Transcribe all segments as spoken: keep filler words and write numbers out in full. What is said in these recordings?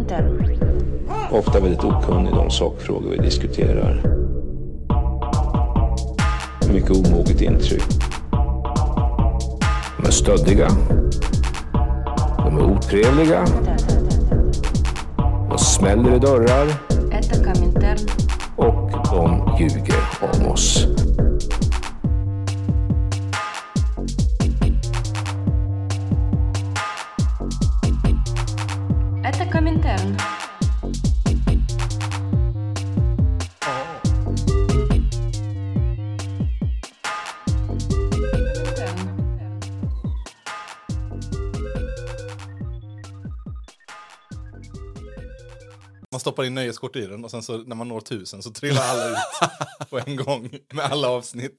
Komintern. Ofta väldigt okunnig i de sakfrågor vi diskuterar. Mycket omoget intryck. De är stöddiga. De är otrevliga. De smäller i dörrar. Это Komintern. Och de ljuger om oss. Это Komintern. Man stoppar in nöjeskort i den och sen så när man når tusen så trillar alla ut på en gång med alla avsnitt.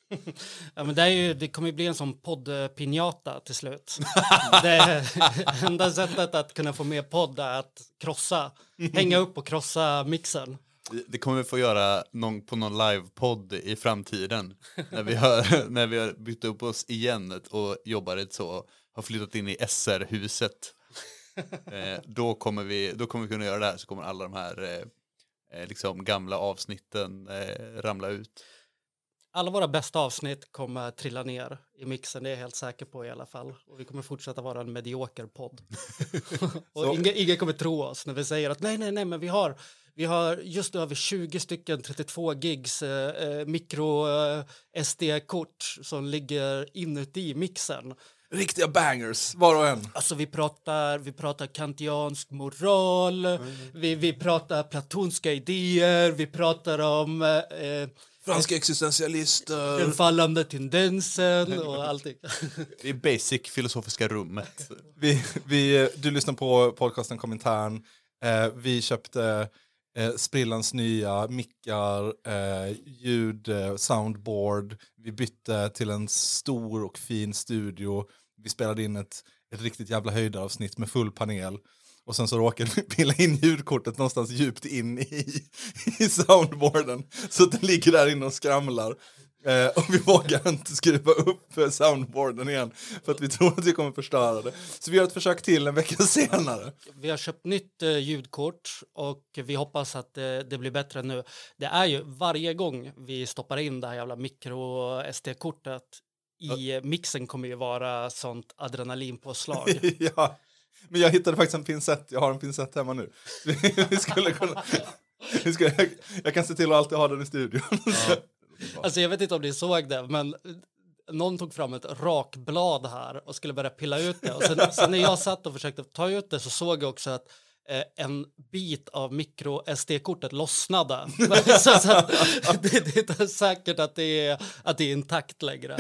Ja, men det, är ju, det kommer ju bli en sån podd-pinjata till slut. Det enda sättet att kunna få med podd är att krossa, hänga upp och krossa mixen. Det kommer vi få göra någon, på någon livepodd i framtiden. När vi har, när vi har bytt upp oss igen och jobbar ett så, har flyttat in i S R-huset. Eh, då, kommer vi, då kommer vi kunna göra det här, så kommer alla de här eh, liksom gamla avsnitten eh, ramla ut. Alla våra bästa avsnitt kommer trilla ner i mixen, det är jag helt säker på i alla fall. Och vi kommer fortsätta vara en medioker podd. Och ingen, ingen kommer tro oss när vi säger att nej, nej, nej, men vi har, vi har just över tjugo stycken trettiotvå gigs eh, mikro eh, S D-kort som ligger inuti mixen. Riktiga bangers, var och en. Alltså vi pratar, vi pratar kantiansk moral, mm. vi, vi pratar platonska idéer, vi pratar om eh, franska existentialister, den fallande tendensen och allting. Det är basic filosofiska rummet. vi, vi, du lyssnar på podcasten Komintern. Eh, vi köpte eh, sprillans nya mickar, eh, ljud, eh, soundboard. Vi bytte till en stor och fin studio. Vi spelade in ett, ett riktigt jävla höjdaravsnitt med full panel. Och sen så råkade vi pilla in ljudkortet någonstans djupt in i, i soundboarden. Så att den ligger där inne och skramlar. Eh, och vi vågar inte skruva upp soundboarden igen. För att vi tror att vi kommer förstöra det. Så vi gör ett försök till en vecka senare. Vi har köpt nytt eh, ljudkort. Och vi hoppas att eh, det blir bättre nu. Det är ju varje gång vi stoppar in det här jävla mikro-S D-kortet. I mixen kommer ju vara sånt adrenalinpåslag. Ja, men jag hittade faktiskt en pincett. Jag har en pincett hemma nu. Vi skulle kunna... Vi ska, jag, jag kan se till att alltid ha den i studion. Ja. Alltså jag vet inte om ni såg det, men någon tog fram ett rakblad här och skulle börja pilla ut det. Och sen, sen när jag satt och försökte ta ut det så såg jag också att eh, en bit av mikro-S D-kortet lossnade. så, så det, det är inte säkert att det är, att det är intakt längre.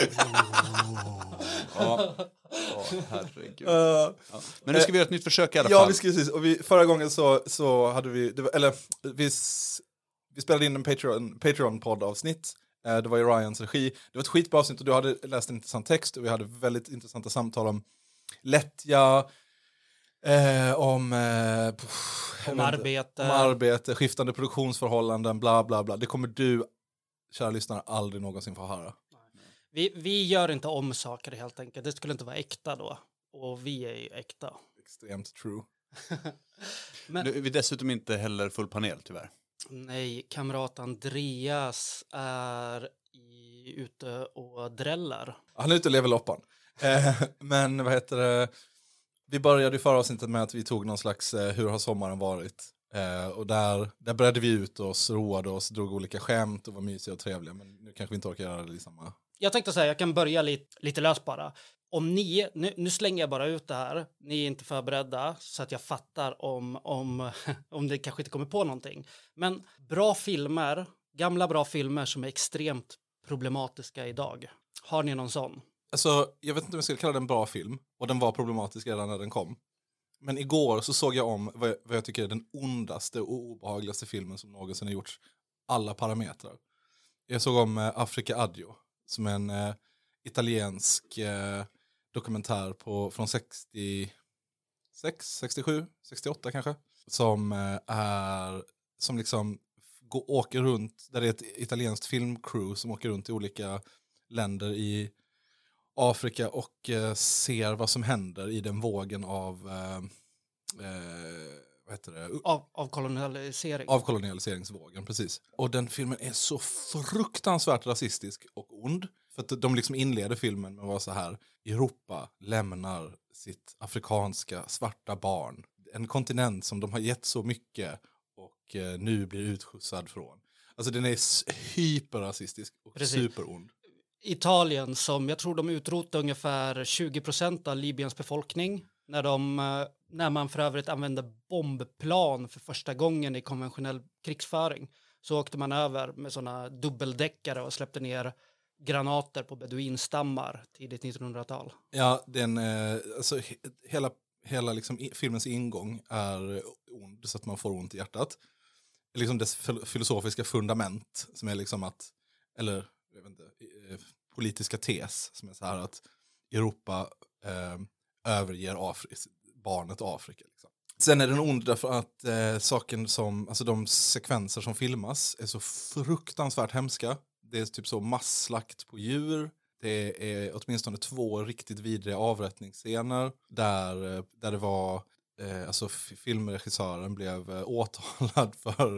Ja. Oh, herregud. Uh, ja. Men nu ska vi göra ett nytt försök i alla ja, fall. Ja, vi ska precis. Och vi, förra gången så, så hade vi, det var, eller vi, vi spelade in en Patreon, Patreon-podd-avsnitt. Uh, det var i Ryans regi. Det var ett skitbra avsnitt och du hade läst en intressant text och vi hade väldigt intressanta samtal om lättja, eh, om, eh, pff, om arbete. Om arbete, skiftande produktionsförhållanden, bla bla bla. Det kommer du, kära lyssnare, aldrig någonsin få höra. Vi, vi gör inte om saker helt enkelt. Det skulle inte vara äkta då. Och vi är ju äkta. Extremt true. Men nu är vi dessutom inte heller full panel, tyvärr. Nej, kamrat Andreas är i, ute och drällar. Han är ute och lever loppan. Eh, men vad heter det? Vi började i förra avsnittet med att vi tog någon slags eh, hur har sommaren varit? Eh, och där, där bredde vi ut oss, roade oss, drog olika skämt och var mysiga och trevliga. Men nu kanske vi inte orkar göra det i samma... Jag tänkte säga, jag kan börja lite, lite löst bara. Om ni, nu, nu slänger jag bara ut det här. Ni är inte förberedda så att jag fattar om, om, om det kanske inte kommer på någonting. Men bra filmer, gamla bra filmer som är extremt problematiska idag. Har ni någon sån? Alltså, jag vet inte om jag ska kalla den bra film. Och den var problematisk redan när den kom. Men igår så såg jag om vad jag, vad jag tycker är den ondaste och obehagligaste filmen som någonsin har gjorts. Alla parametrar. Jag såg om eh, Africa Addio. Som en eh, italiensk eh, dokumentär på, från sextiosex, sextiosju, sextioåtta kanske. Som eh, är som liksom gå, åker runt, där det är ett italienskt filmcrew som åker runt i olika länder i Afrika och eh, ser vad som händer i den vågen av eh, eh, vad heter det? Av, av kolonialisering. Av kolonialiseringsvågen, precis. Och den filmen är så fruktansvärt rasistisk och ond. För att de liksom inleder filmen med att vara så här: Europa lämnar sitt afrikanska svarta barn. En kontinent som de har gett så mycket och eh, nu blir utskjutsad från. Alltså den är hyperrasistisk och Precis. superond. Italien, som jag tror de utrotade ungefär tjugo procent av Libyens befolkning. När, de, när man för övrigt använde bombplan för första gången i konventionell krigsföring, så åkte man över med sådana dubbeldäckare och släppte ner granater på beduinstammar tidigt nittonhundratal. Ja, den, eh, alltså, he, hela, hela liksom i, filmens ingång är ond så att man får ont i hjärtat. Liksom dess filosofiska fundament som är liksom att, eller jag vet inte, eh, politiska tes som är så här att Europa eh, överger Afri- barnet Afrika. Liksom. Sen är den ond därför att eh, saken som, alltså de sekvenser som filmas är så fruktansvärt hemska. Det är typ så masslakt på djur. Det är åtminstone två riktigt vidriga avrättningsscener där, där det var, eh, alltså filmregissören blev eh, åtalad för,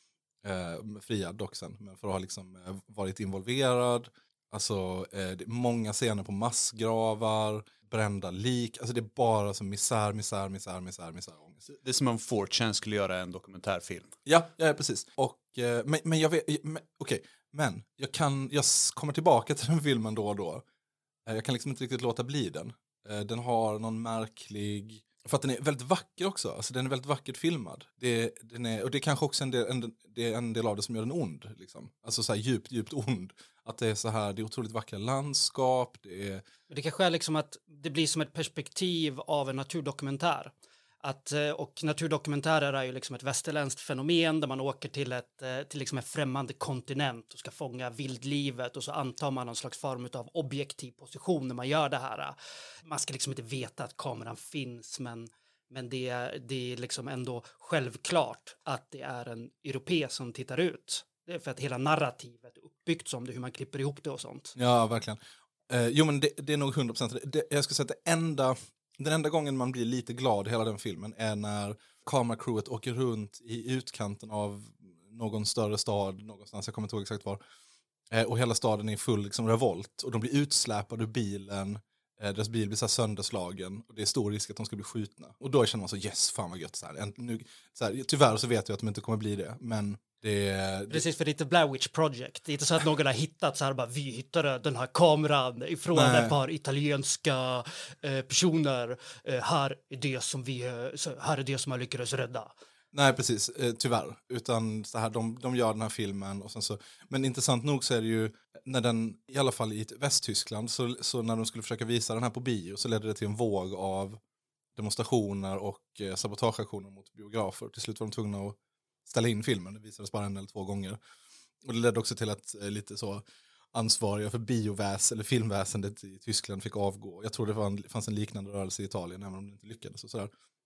eh, friad dock sen, men för att ha liksom eh, varit involverad. Alltså eh, det är många scener på massgravar, brända lik. Alltså det är bara som misär, misär, misär, misär, misär. Det är som om four chan skulle göra en dokumentärfilm. Ja, ja precis. Och, eh, men, men jag vet, men, okej, men jag kan, jag kommer tillbaka till den filmen då och då. Eh, jag kan liksom inte riktigt låta bli den. Eh, den har någon märklig, för att den är väldigt vacker också. Alltså den är väldigt vackert filmad. Det, den är, och det är kanske också en del, en, det är en del av det som gör den ond. Liksom. Alltså så här djupt, djupt ond. Att det är så här, det är otroligt vackra landskap. Det är... Det kanske är liksom att det blir som ett perspektiv av en naturdokumentär. Att, och naturdokumentärer är ju liksom ett västerländskt fenomen där man åker till, ett, till liksom en främmande kontinent och ska fånga vildlivet, och så antar man någon slags form av objektiv position när man gör det här. Man ska liksom inte veta att kameran finns, men, men det, det är liksom ändå självklart att det är en europé som tittar ut. Det är för att hela narrativet är uppbyggt som det, hur man klipper ihop det och sånt. Ja, verkligen. Eh, jo, men det, det är nog hundra procent. Det, jag skulle säga att det enda... Den enda gången man blir lite glad i hela den filmen är när kameracrewet åker runt i utkanten av någon större stad någonstans, jag kommer inte ihåg exakt var. Eh, och hela staden är full liksom revolt och de blir utsläpade ur bilen. Eh, deras bil blir så här sönderslagen och det är stor risk att de ska bli skjutna. Och då känner man så, yes, fan vad gött. Så här. En, nu, så här, tyvärr så vet jag att de inte kommer bli det, men det, det... Precis, för det är inte Blair Witch Project. Det är inte så att någon har hittat så här, bara, vi hittade den här kameran ifrån Nej. ett par italienska eh, personer. Eh, här är det som vi, eh, här är det som har lyckats rädda. Nej, precis. Eh, tyvärr. Utan så här, de, de gör den här filmen. Och sen så, men intressant nog så är det ju, när den, i alla fall i Västtyskland, så, så när de skulle försöka visa den här på bio så ledde det till en våg av demonstrationer och eh, sabotageaktioner mot biografer. Till slut var de tvungna att ställa in filmen. Det visades bara en eller två gånger. Och det ledde också till att eh, lite så ansvariga för bioväs eller filmväsendet i Tyskland fick avgå. Jag tror det var en, fanns en liknande rörelse i Italien, även om det inte lyckades och sådär.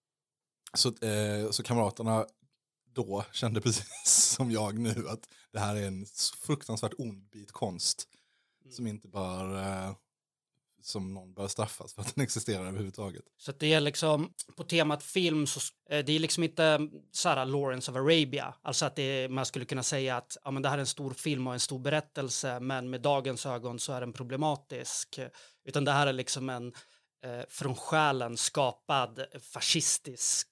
Så, eh, så kamraterna då kände precis som jag nu att det här är en fruktansvärt ond bit konst mm. som inte bör, eh, som någon bör straffas för att den existerar överhuvudtaget. Så att det är liksom, på temat film, så eh, det är liksom inte Sarah Lawrence of Arabia. Alltså att det, man skulle kunna säga att ja, men det här är en stor film och en stor berättelse, men med dagens ögon så är den problematisk. Utan det här är liksom en eh, från själen skapad fascistisk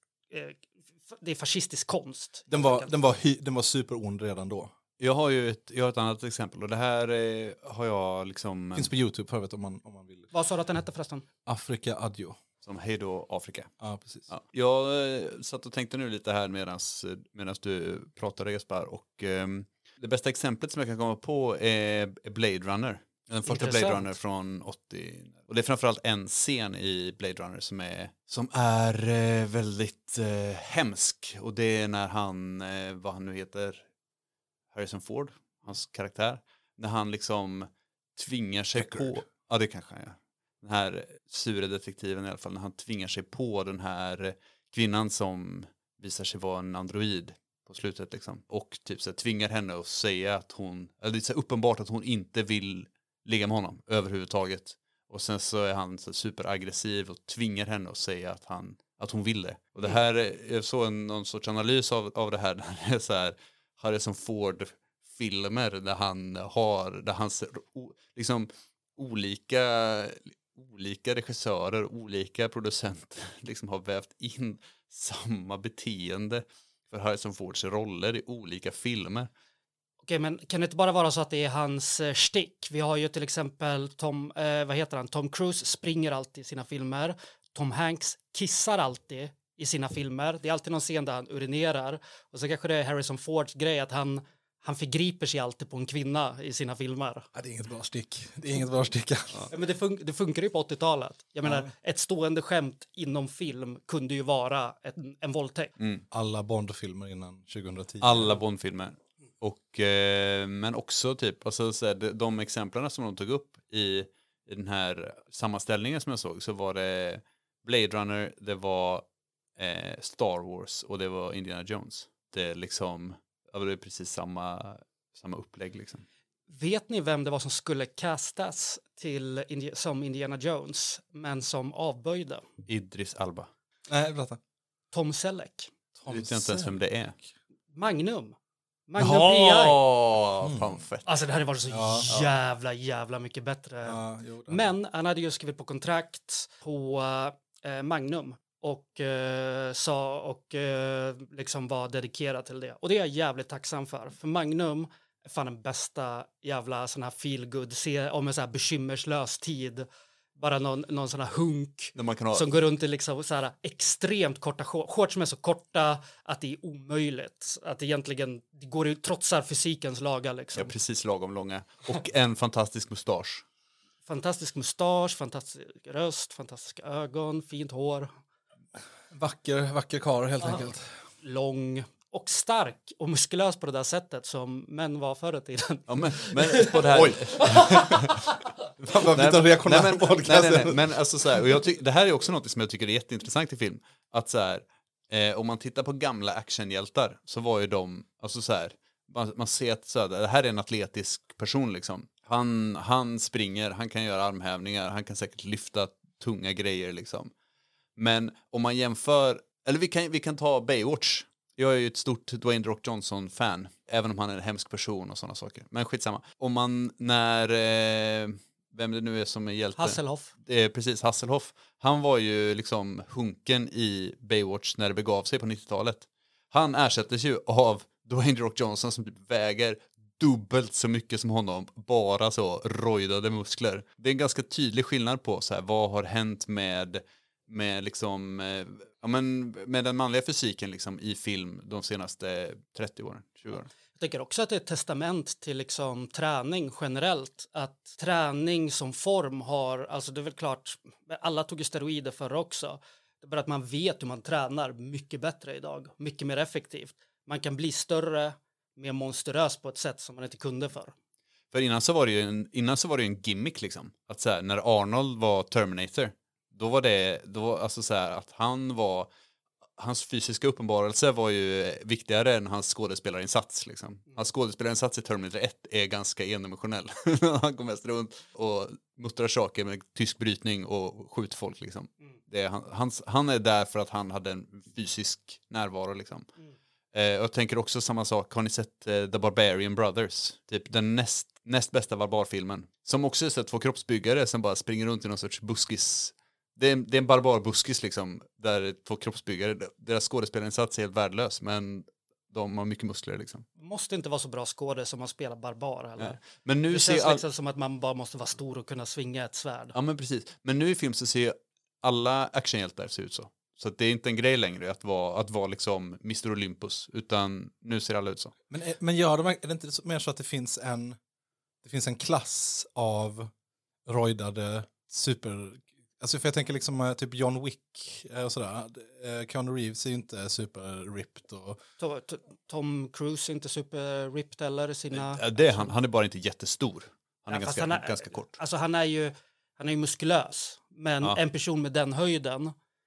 det är fascistisk konst. Den var, den var, hy, den var superond redan då. Jag har ju ett, jag har ett annat exempel och det här eh, har jag liksom... Finns på YouTube för vet, om, man, om man vill. Vad sa du att den hette förresten? Afrika Adjo. Som Hej då Afrika. Ja, precis. Ja. Jag eh, satt och tänkte nu lite här medans, medans du pratade Jesper och eh, det bästa exemplet som jag kan komma på är Blade Runner. Den första Intressant. Blade Runner från åttio. Och det är framförallt en scen i Blade Runner som är, som är eh, väldigt eh, hemsk. Och det är när han, eh, vad han nu heter, Harrison Ford, hans karaktär. När han liksom tvingar sig Deckard. på, ja det kanske han gör. Den här sura detektiven i alla fall, när han tvingar sig på den här kvinnan som visar sig vara en android på slutet liksom. Och typ så här, tvingar henne att säga att hon, eller det är så uppenbart att hon inte vill ligga med honom överhuvudtaget. Och sen så är han så superaggressiv och tvingar henne att säga att han, att hon vill det. Och det här, är- jag såg en, någon sorts analys av, av det här, där det är så här, Harrison Ford-filmer där han har, där hans o, liksom olika, olika regissörer, olika producenter liksom har vävt in samma beteende för Harrison Fords roller i olika filmer. Okej, men kan det inte bara vara så att det är hans eh, stick? Vi har ju till exempel Tom, eh, vad heter han? Tom Cruise springer alltid i sina filmer. Tom Hanks kissar alltid i sina filmer. Det är alltid någon scen där han urinerar. Och så kanske det är Harrison Fords grej att han, han förgriper sig alltid på en kvinna i sina filmer. Ja, det är inget bra stick. Det är inget bra stick. Ja. Ja, men det, fun- det funkar ju på åttiotalet. Jag menar, ett stående skämt inom film kunde ju vara en, en våldtäkt. Alla Bond-filmer innan tjugohundratio. Alla Bond-filmer. Och, eh, men också typ, alltså, så här, de, de exemplen som de tog upp i, i den här sammanställningen som jag såg, så var det Blade Runner, det var eh, Star Wars och det var Indiana Jones. Det är liksom, ja, det är precis samma, samma upplägg liksom. Vet ni vem det var som skulle castas till Indi- som Indiana Jones, men som avböjde? Idris Alba. Nej, berätta. Tom Selleck. Jag vet inte ens vem det är. Magnum. Magnum P I. Ja, fan fett. Alltså det hade varit så Ja, jävla, jävla mycket bättre. Ja, jo, det- Men han hade ju skrivit på kontrakt på eh, Magnum och eh, sa och eh, liksom var dedikerad till det. Och det är jag jävligt tacksam för. För Magnum är fan den bästa jävla sån här feel good, se om en sån här bekymmerslös tid. Bara någon, någon sån här hunk När man kan ha, som går runt i liksom så här extremt korta shorts, shorts som är så korta att det är omöjligt. Att det egentligen det går ju trotsar fysikens lagar liksom. ja, precis lagom långa. Och en fantastisk mustasch. Fantastisk mustasch, fantastisk röst, fantastiska ögon, fint hår, Vacker, vacker karl helt Ja. enkelt. lång och stark och muskulös på det där sättet som män var förr i tiden. Ja, men, men på det här... Oj. Vad Nej, vi tar reaktionär nej, men, podcast. nej, nej, nej, men alltså så här, och jag tyck, det här är också något som jag tycker är jätteintressant i film. Att så här, eh, om man tittar på gamla actionhjältar så var ju de, alltså så här, man, man ser att så här, det här är en atletisk person liksom. Han, han springer, han kan göra armhävningar, han kan säkert lyfta tunga grejer liksom. Men om man jämför, eller vi kan, vi kan ta Baywatch. Jag är ju ett stort Dwayne The Rock Johnson-fan, även om han är en hemsk person och sådana saker. Men skitsamma. Om man, när, eh, vem det nu är som är hjälte. Hasselhoff. Det är precis Hasselhoff. Han var ju liksom hunken i Baywatch när det begav sig på nittiotalet. Han ersättes ju av Dwayne The Rock Johnson som typ väger dubbelt så mycket som honom. Bara så rojdade muskler. Det är en ganska tydlig skillnad på så här, vad har hänt med med liksom eh, ja, men med den manliga fysiken liksom i film de senaste trettio åren, tjugo åren. Jag tycker också att det är ett testament till liksom träning generellt. Att träning som form har, alltså det är väl klart, alla tog ju steroider förr också. Det är bara att man vet hur man tränar mycket bättre idag, mycket mer effektivt. Man kan bli större, mer monsterös på ett sätt som man inte kunde förr. För innan så var det ju en, innan så var det ju en gimmick liksom. Att så här, när Arnold var Terminator, då var det, då, alltså så här, att han var, hans fysiska uppenbarelse var ju viktigare än hans skådespelarinsats liksom. Hans skådespelarinsats i Terminator ett är ganska endimensionell. Han går mest runt och muttrar saker med tysk brytning och skjuter folk liksom. Det är, han, hans, han är där för att han hade en fysisk närvaro liksom. Eh, jag tänker också samma sak. Har ni sett eh, The Barbarian Brothers? Typ den näst, näst bästa barbarfilmen. Som också är så två kroppsbyggare som bara springer runt i någon sorts buskis. Det är, det är en barbarbuskis liksom. Där två kroppsbyggare, deras skådespelarinsats är helt värdelös. Men de har mycket muskler liksom. Måste inte vara så bra skådespelare som man spelar barbar eller? Nej. Men nu Det ser känns all... liksom som att man bara måste vara stor och kunna svinga ett svärd. Ja men precis. Men nu i film så ser alla actionhjältar se ut så. Så att det är inte en grej längre att vara, att vara liksom mister Olympus. Utan nu ser alla ut så. Men, men gör de, är det inte så- mer så att det finns en det finns en klass av rojdade super... Alltså för jag tänker liksom eh, typ John Wick eh, och sådär. Eh, Keanu Reeves är ju inte super ripped och... To- to- Tom Cruise är inte super ripped eller i sina... Ja, det är han. Han är bara inte jättestor. Han är, Ja, fast ganska, han är- ganska kort. Alltså han är ju, han är ju muskulös. Men Ja. en person med den höjden,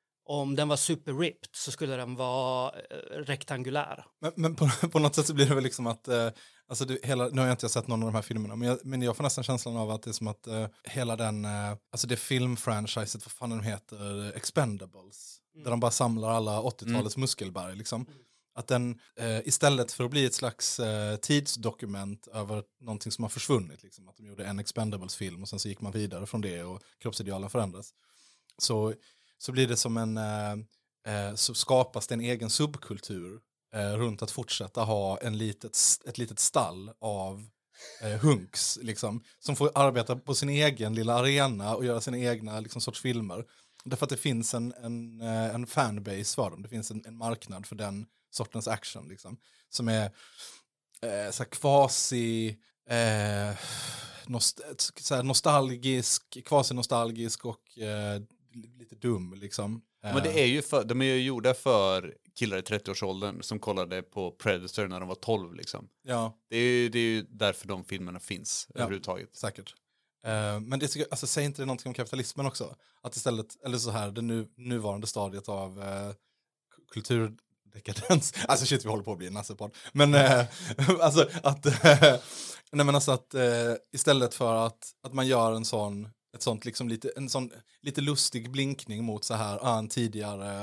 om den var super ripped så skulle den vara eh, rektangulär. Men, men på, på något sätt så blir det väl liksom att... Eh, alltså det, hela, nu har jag inte sett någon av de här filmerna, men jag, men jag får nästan känslan av att det är som att eh, hela den... Eh, alltså det filmfranchiset, vad fan de heter, Expendables. Mm. Där de bara samlar alla åttiotalets mm. muskelberg. Liksom. Mm. Att den eh, istället för att bli ett slags eh, tidsdokument över någonting som har försvunnit. Liksom, att de gjorde en Expendables-film och sen så gick man vidare från det och kroppsidealen förändras. Så, så blir det som en... Eh, eh, så skapas det en egen subkultur eh, runt att fortsätta ha en litet, ett litet stall av eh, hunks. Liksom, som får arbeta på sin egen lilla arena och göra sina egna liksom, sorts filmer. Därför att det finns en, en, en fanbase för dem. Det finns en, en marknad för den sortens action. Liksom, som är eh, så här kvasi eh, nost, så här nostalgisk, kvasi nostalgisk och eh, lite dum. Liksom. Men det är ju för, de är ju gjorda för killar i trettioårsåldern som kollade på Predator när de var tolv. Liksom. Ja. Det är ju, det är ju därför de filmerna finns ja, överhuvudtaget. Säkert. Uh, men det, alltså, säger inte det någonting om kapitalismen också? Att istället, eller så här, det nu, nuvarande stadiet av uh, kulturdekadens. Alltså shit, vi håller på att bli en nassepodd. Men uh, alltså att, uh, nej, men alltså att uh, istället för att, att man gör en sån, ett sånt liksom lite, en sån lite lustig blinkning mot så här uh, en tidigare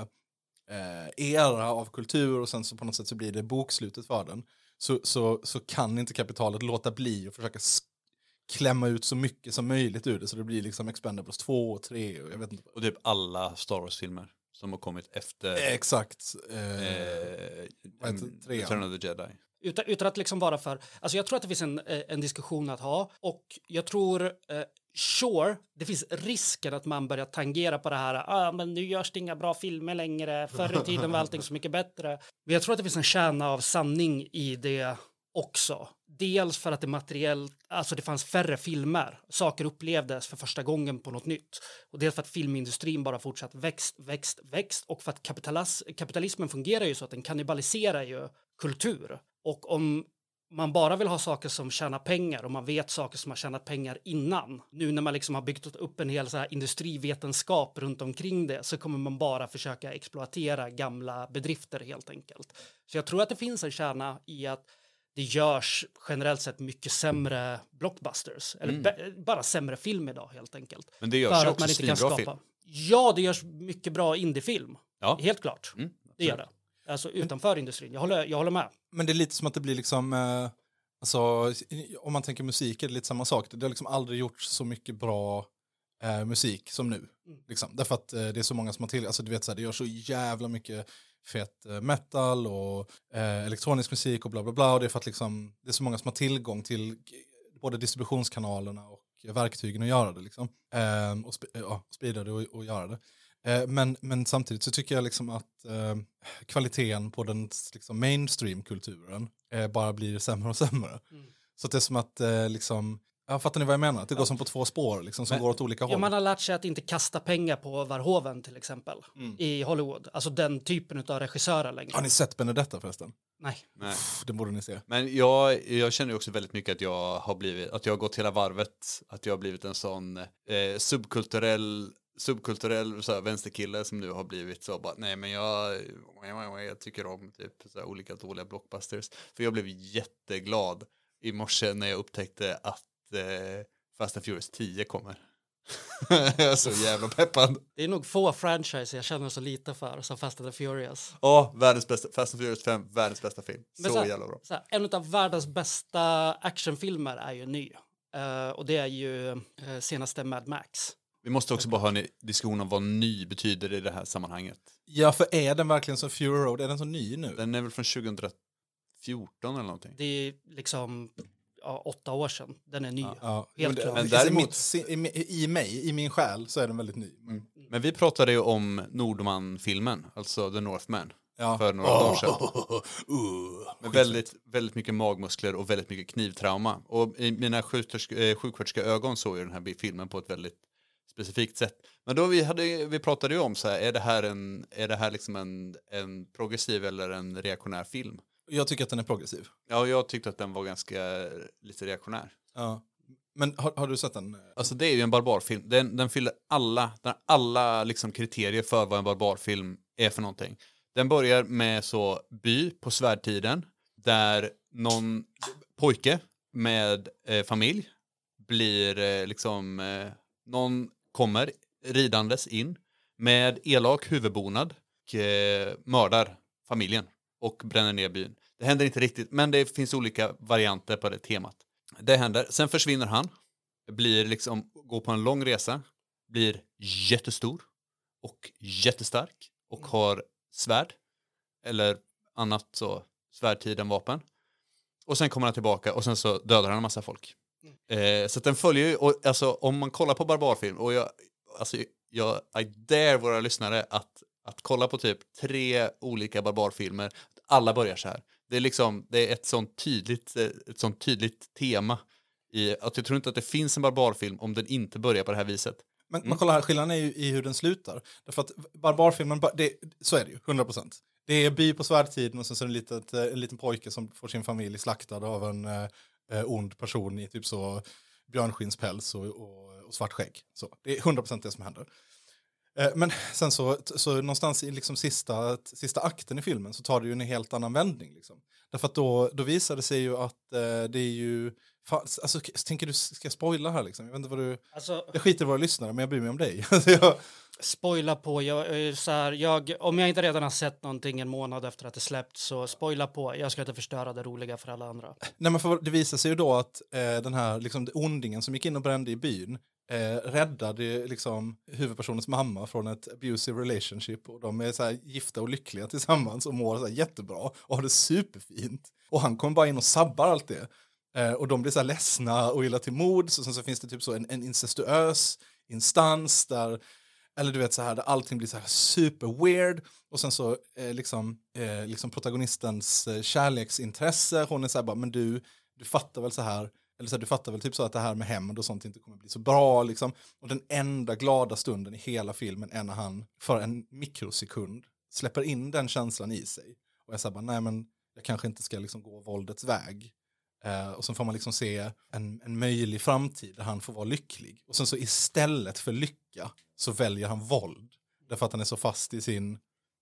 uh, era av kultur och sen så på något sätt så blir det bokslutet för den. Så, så, så kan inte kapitalet låta bli och försöka sk- klämma ut så mycket som möjligt ur det så det blir liksom Expendables två och tre och jag vet inte. Och typ alla Star Wars-filmer som har kommit efter exakt eh, eh, Return of the Jedi. Utan, utan att liksom vara för, alltså jag tror att det finns en, en diskussion att ha och jag tror eh, sure, det finns risken att man börjar tangera på det här, ah, men nu görs det inga bra filmer längre, förr i tiden var allting så mycket bättre. Men jag tror att det finns en kärna av sanning i det också. Dels för att det materiellt, alltså det fanns färre filmer. Saker upplevdes för första gången på något nytt. Och dels för att filmindustrin bara fortsatt växt, växt, växt. Och för att kapitalis- kapitalismen fungerar ju så att den kannibaliserar ju kultur. Och om man bara vill ha saker som tjänar pengar och man vet saker som har tjänat pengar innan. Nu när man liksom har byggt upp en hel så här industrivetenskap runt omkring det så kommer man bara försöka exploatera gamla bedrifter helt enkelt. Så jag tror att det finns en kärna i att det görs generellt sett mycket sämre blockbusters. Eller mm. be- bara sämre film idag helt enkelt. Men det görs för också att man inte kan skapa. Film. Ja, det görs mycket bra indiefilm. Ja. Helt klart. Mm. Det gör det. Alltså utanför industrin. Jag håller, jag håller med. Men det är lite som att det blir liksom... Eh, alltså, om man tänker musik är det lite samma sak. Det har liksom aldrig gjorts så mycket bra eh, musik som nu. Mm. Liksom. Därför att eh, det är så många som har till... Alltså du vet så här, det gör så jävla mycket... fet metal och eh, elektronisk musik och bla bla bla och det är för att liksom, det är så många som har tillgång till både distributionskanalerna och verktygen att göra det liksom. Eh, och sp- ja, sprida det och, och göra det. Eh, men, men samtidigt så tycker jag liksom att eh, kvaliteten på den liksom, mainstream-kulturen eh, bara blir sämre och sämre. Mm. Så att det är som att eh, liksom jag fattar ni vad jag menar? Att det går som på två spår liksom, som men, går åt olika håll. Ja, man har lärt sig att inte kasta pengar på Verhoeven till exempel mm. i Hollywood. Alltså den typen av regissörer längre. Har ni sett Benedetta förresten? Nej. Nej. Uff, det borde ni se. Men jag, jag känner ju också väldigt mycket att jag har blivit, att jag har gått hela varvet. Att jag har blivit en sån eh, subkulturell subkulturell så här, vänsterkille som nu har blivit så bara, nej men jag jag tycker om typ så här, olika dåliga blockbusters. För jag blev jätteglad i morse när jag upptäckte att eh, Fast and Furious tio kommer. Jag är så jävla peppad. Det är nog få franchise jag känner så lite för som Fast and Furious. Ja, oh, världens bästa Fast and Furious fem, världens bästa film. Så, så här, jävla bra. Så här, en av världens bästa actionfilmer är ju ny. Uh, och det är ju uh, senaste Mad Max. Vi måste också bara ha en diskussion om vad ny betyder i det här sammanhanget. Ja, för är den verkligen så Fury Road? Är den så ny nu? Den är väl från tjugohundrafjorton eller någonting. Det är liksom ja, åtta år sedan. Den är ny. Ja, ja. Helt men, klart. Men däremot... i, I mig, i min själ, så är den väldigt ny. Mm. Men vi pratade ju om Nordman-filmen, alltså The Northman. Ja. För några oh, dagar sedan. Oh, oh, oh, oh. Med väldigt, väldigt mycket magmuskler och väldigt mycket knivtrauma. Och i mina sjuksköterska ögon såg ju den här filmen på ett väldigt specifikt sätt. Men då vi, hade, vi pratade ju om så här, är det här, en, är det här liksom en, en progressiv eller en reaktionär film? Jag tycker att den är progressiv. Ja, jag tyckte att den var ganska lite reaktionär. Ja. Men har, har du sett den? Alltså det är ju en barbarfilm. Den, den fyller alla, den alla liksom kriterier för vad en barbarfilm är för någonting. Den börjar med så by på svärdtiden där någon pojke med eh, familj blir eh, liksom eh, någon kommer ridandes in med elak huvudbonad och eh, mördar familjen och bränner ner byn. Det händer inte riktigt, men det finns olika varianter på det temat. Det händer. Sen försvinner han. Blir liksom, går på en lång resa. Blir jättestor. Och jättestark. Och har svärd. Eller annat så svärdtiden vapen. Och sen kommer han tillbaka och sen så dödar han en massa folk. Eh, så att den följer ju, och alltså om man kollar på barbarfilm, och jag, alltså jag, I dare våra lyssnare att, att kolla på typ tre olika barbarfilmer. Alla börjar så här. Det är liksom, det är ett sånt tydligt, ett sånt tydligt tema i att jag tror inte att det finns en barbarfilm om den inte börjar på det här viset. Men Mm. man kollar här, skillnaden är ju i hur den slutar. Därför att barbarfilmen, det, så är det ju, hundra procent. Det är by på svärdtiden och sen så är det en, litet, en liten pojke som får sin familj slaktad av en eh, ond person i typ så björnskinnspäls och, och, och svart skägg. Så det är hundra procent det som händer. Eh, men sen så, så någonstans i liksom sista, sista akten i filmen så tar det ju en helt annan vändning. Liksom. Därför att då, då visar det sig ju att eh, det är ju... Fa- alltså, tänker du, ska jag spoila här liksom? Jag vet inte vad du... Alltså, Jag skiter i våra lyssnare, men jag bryr mig om dig. Alltså, jag... spoila på. Jag, eh, så här, jag, om jag inte redan har sett någonting en månad efter att det släppts, så spoila på. Jag ska inte förstöra det roliga för alla andra. Nej, men för det visar sig ju då att eh, den här liksom, ondingen som gick in och brände i byn eh, räddade liksom, huvudpersonens mamma från ett abusive relationship. Och de är så här, gifta och lyckliga tillsammans och mår så här, jättebra och har det superfint. Och han kommer bara in och sabbar allt det. Eh, och de blir så här ledsna och illa till mods. Och sen så finns det typ så en, en incestuös instans där, eller du vet så här, där allting blir så här super weird. Och sen så eh, liksom, eh, liksom protagonistens eh, kärleksintresse. Hon är så här bara, men du, du fattar väl så här, eller så här, du fattar väl typ så att det här med hämnd och sånt inte kommer bli så bra liksom. Och den enda glada stunden i hela filmen är när han för en mikrosekund släpper in den känslan i sig. Och jag säger bara, nej men jag kanske inte ska liksom gå våldets väg. Uh, och så får man liksom se en, en möjlig framtid där han får vara lycklig. Och sen så istället för lycka så väljer han våld. Därför att han är så fast i sin...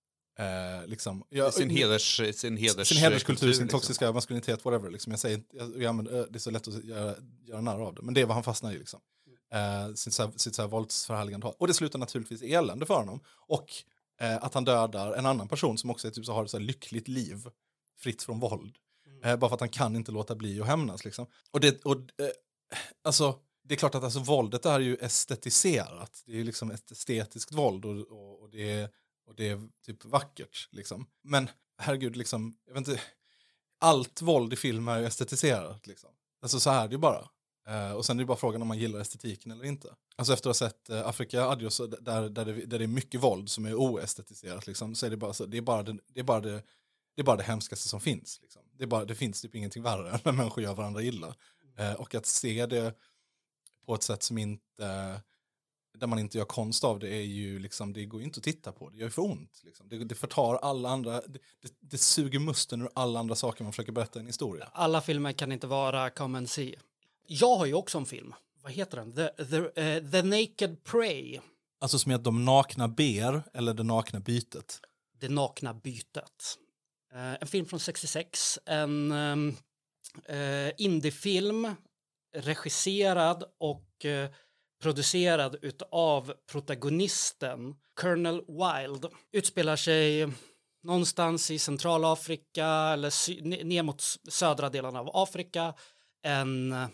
Uh, liksom, ja, sin, heders, sin, heders, sin hederskultur, kultur, sin liksom. toxiska maskulinitet, whatever. Liksom. Jag säger, jag, jag använder, det är så lätt att göra, göra nära av det. Men det är vad han fastnar i. Liksom. Uh, sitt så här, sitt så här våldsförhärligande hat. Och det slutar naturligtvis i elände för honom. Och uh, att han dödar en annan person som också är, typ, så har ett så här lyckligt liv. Fritt från våld. Eh, bara för att han kan inte låta bli att hämnas. Liksom. Och det, och, eh, alltså, det är klart att alltså, våldet är ju estetiserat. Det är ju liksom ett estetiskt våld och, och, och, det, är, och det är typ vackert. Liksom. Men herregud, liksom, jag vet inte, allt våld i film är ju estetiserat. Liksom. Alltså så här är det ju bara. Eh, och sen är det bara frågan om man gillar estetiken eller inte. Alltså efter att ha sett eh, Afrika Adios där, där, det, där det är mycket våld som är oestetiserat liksom, så är det bara, så, det är bara, det, det är bara det Det är bara det hemskaste som finns. Liksom. Det, är bara, det finns typ ingenting värre än när människor gör varandra illa. Eh, och att se det på ett sätt som inte, eh, där man inte gör konst av det, är ju liksom, det går ju inte att titta på. Det gör ju för ont. Liksom. Det, det förtar alla andra, det, det, det suger musten ur alla andra saker man försöker berätta en historia. Alla filmer kan inte vara come and see. Jag har ju också en film. Vad heter den? The, the, uh, the Naked Prey. Alltså som är att de nakna ber eller det nakna bytet. Det nakna bytet. Uh, en film från sextiosex. En um, uh, indiefilm regisserad och uh, producerad utav protagonisten Colonel Wilde. Utspelar sig någonstans i Centralafrika eller sy- ner mot södra delarna av Afrika. En eh,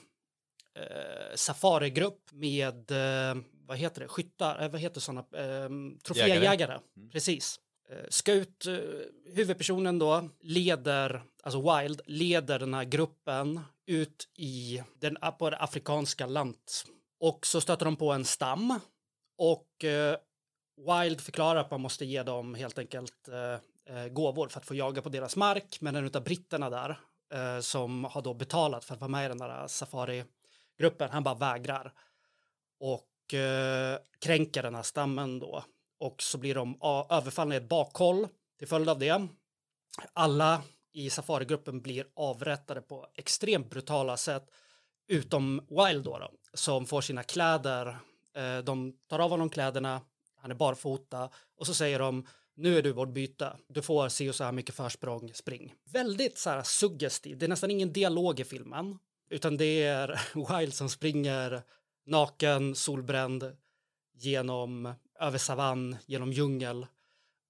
safarigrupp med eh, vad heter det? Skyttar, eh, vad heter såna eh, troféjägare. Mm. Precis. Eh, ska ut eh, huvudpersonen då leder, alltså Wilde leder den här gruppen ut i den på det afrikanska landet. Och så stöter de på en stam och eh, Wilde förklarar att man måste ge dem helt enkelt eh, gåvor för att få jaga på deras mark. Men en utav britterna där eh, som har då betalat för att vara med i den där safari-gruppen, han bara vägrar. Och eh, kränker den här stammen då. Och så blir de a- överfallna i ett bakhåll till följd av det. Alla i safarigruppen blir avrättade på extremt brutala sätt. Utom Wilde då, då som får sina kläder. Eh, de tar av honom kläderna. Han är barfota. Och så säger de, nu är du vårt byte. Du får se så här mycket försprång, spring. Väldigt så här suggestiv. Det är nästan ingen dialog i filmen. Utan det är Wilde som springer naken, solbränd. Genom, över savann, genom djungel. Och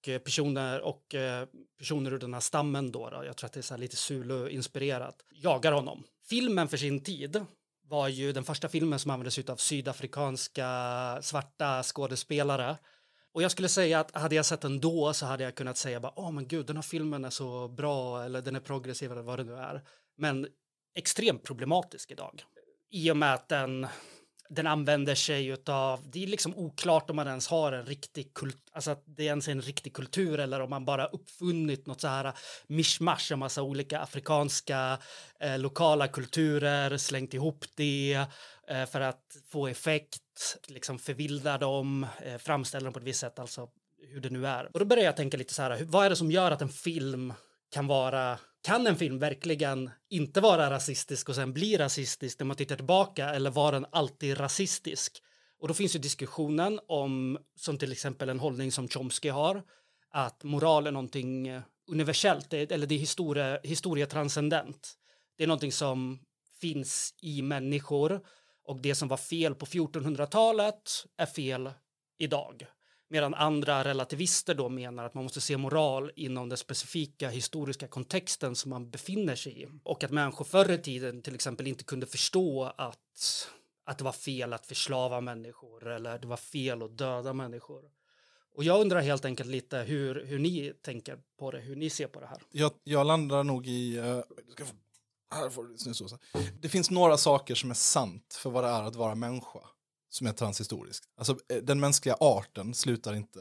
och personer och personer ur den här stammen då, då jag tror att det är så här lite Zulu-inspirerat, jagar honom. Filmen för sin tid var ju den första filmen som användes av sydafrikanska svarta skådespelare. Och jag skulle säga att hade jag sett den då så hade jag kunnat säga bara, åh men gud, den här filmen är så bra eller den är progressiv eller vad det nu är. Men extremt problematisk idag. I och med att den, den använder sig av, det är liksom oklart om man ens har en riktig kultur, alltså att det är ens en riktig kultur eller om man bara uppfunnit något så här mishmash, en massa olika afrikanska eh, lokala kulturer, slängt ihop det eh, för att få effekt, liksom förvilda dem, eh, framställa dem på ett visst sätt, alltså hur det nu är. Och då börjar jag tänka lite så här, hur, vad är det som gör att en film kan vara, kan en film verkligen inte vara rasistisk och sen bli rasistisk när man tittar tillbaka, eller var den alltid rasistisk? Och då finns ju diskussionen om, som till exempel en hållning som Chomsky har, att moral är någonting universellt, eller det är historie, historietranscendent. Det är någonting som finns i människor, och det som var fel på fjortonhundratalet är fel idag. Medan andra relativister då menar att man måste se moral inom den specifika historiska kontexten som man befinner sig i. Och att människor förr i tiden till exempel inte kunde förstå att, att det var fel att förslava människor eller det var fel att döda människor. Och jag undrar helt enkelt lite hur, hur ni tänker på det, hur ni ser på det här. Jag, jag landar nog i... Uh, ska få, här får du snusåsa. Det finns några saker som är sant för vad det är att vara människa, som är transhistoriskt. Alltså den mänskliga arten slutar inte,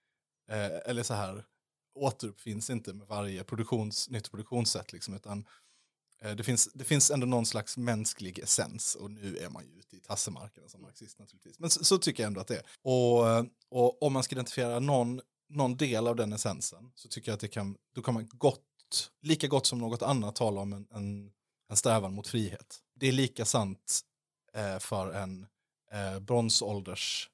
eh, eller så här, återuppfinns inte med varje produktions, nytt produktionssätt liksom, utan eh, det, finns, det finns ändå någon slags mänsklig essens, och nu är man ju ute i tassemarken som marxist naturligtvis. Men så, så tycker jag ändå att det är. Och, och om man ska identifiera någon, någon del av den essensen, så tycker jag att det kan, då kan man gott, lika gott som något annat tala om en, en, en strävan mot frihet. Det är lika sant eh, för en Eh, bronsålders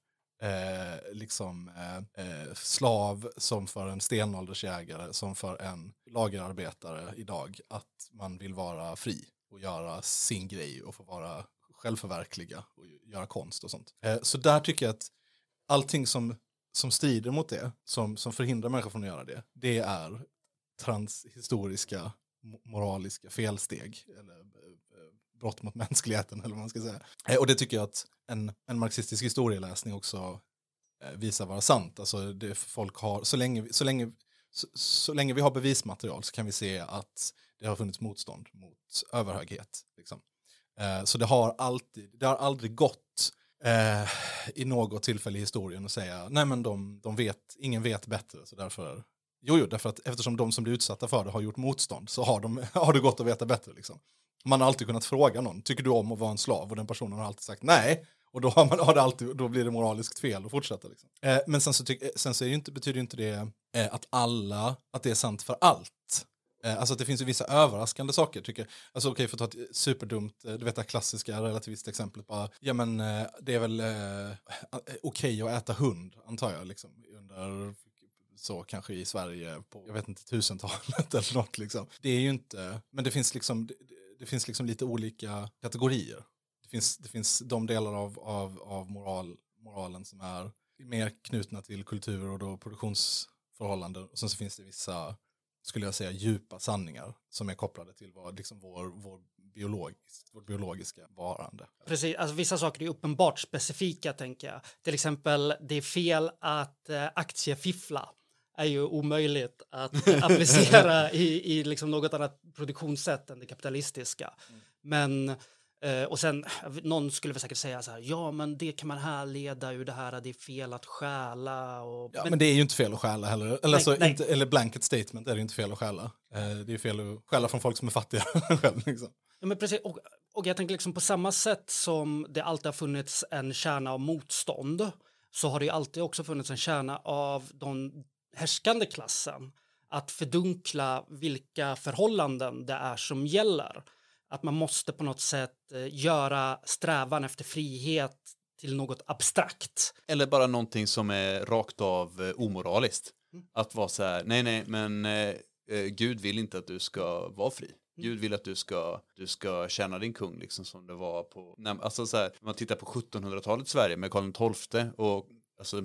eh, liksom, eh, eh, slav som för en stenåldersjägare, som för en lagerarbetare idag, att man vill vara fri och göra sin grej och få vara självförverkliga och göra konst och sånt. Eh, så där tycker jag att allting som, som strider mot det, som, som förhindrar människor från att göra det, det är transhistoriska moraliska felsteg eller brott mot mänskligheten, eller vad man ska säga. Eh, och det tycker jag att en, en marxistisk historieläsning också eh, visar vara sant. Alltså det folk har, så länge, så, länge, så, så länge vi har bevismaterial så kan vi se att det har funnits motstånd mot överhöghet. Liksom. Eh, så det har alltid, det har aldrig gått eh, i något tillfälle i historien att säga, nej men de, de vet, ingen vet bättre, så därför, jo jo, därför att eftersom de som blir utsatta för det har gjort motstånd, så har, de, har det gått att veta bättre liksom. Man har alltid kunnat fråga någon, tycker du om att vara en slav? Och den personen har alltid sagt nej. Och då, har man, har det alltid, då blir det moraliskt fel att fortsätta. Liksom. Eh, men sen, så, tyck, sen så är det inte, betyder inte det eh, att alla, att det är sant för allt. Eh, alltså att det finns ju vissa överraskande saker, tycker jag. Alltså okej, för att ta ett superdumt, du vet det klassiska relativist exemplet. Bara, ja men eh, det är väl eh, okej att äta hund, antar jag. Liksom, under så kanske i Sverige på, jag vet inte, tusentalet eller något. Liksom. Det är ju inte, men det finns liksom... Det, Det finns liksom lite olika kategorier. Det finns, det finns de delar av, av, av moral, moralen som är mer knutna till kultur och då produktionsförhållanden. Och sen så finns det vissa, skulle jag säga, djupa sanningar som är kopplade till vad, liksom vår, vår biologisk, vårt biologiska varande. Precis, alltså vissa saker är uppenbart specifika, tänker jag. Till exempel, det är fel att eh, aktiefiffla. Är ju omöjligt att applicera i, i liksom något annat produktionssätt än det kapitalistiska. Mm. Men, eh, och sen, någon skulle väl säkert säga så här, ja men det kan man härleda ur det här, det är fel att stjäla. Och, ja, men, men det är ju inte fel att stjäla heller. Eller, nej, alltså, nej. Inte, eller blanket statement är det ju inte fel att stjäla. Eh, det är fel att stjäla från folk som är fattiga själv. Liksom. Ja, men precis, och, och jag tänker liksom på samma sätt som det alltid har funnits en kärna av motstånd, så har det ju alltid också funnits en kärna av de härskande klassen att fördunkla vilka förhållanden det är som gäller. Att man måste på något sätt göra strävan efter frihet till något abstrakt. Eller bara någonting som är rakt av eh, omoraliskt. Mm. Att vara så här, nej nej, men eh, Gud vill inte att du ska vara fri. Mm. Gud vill att du ska, du ska tjäna din kung liksom som det var på... Nej, alltså så här, man tittar på sjuttonhundratalets Sverige med Karl den tolfte och alltså...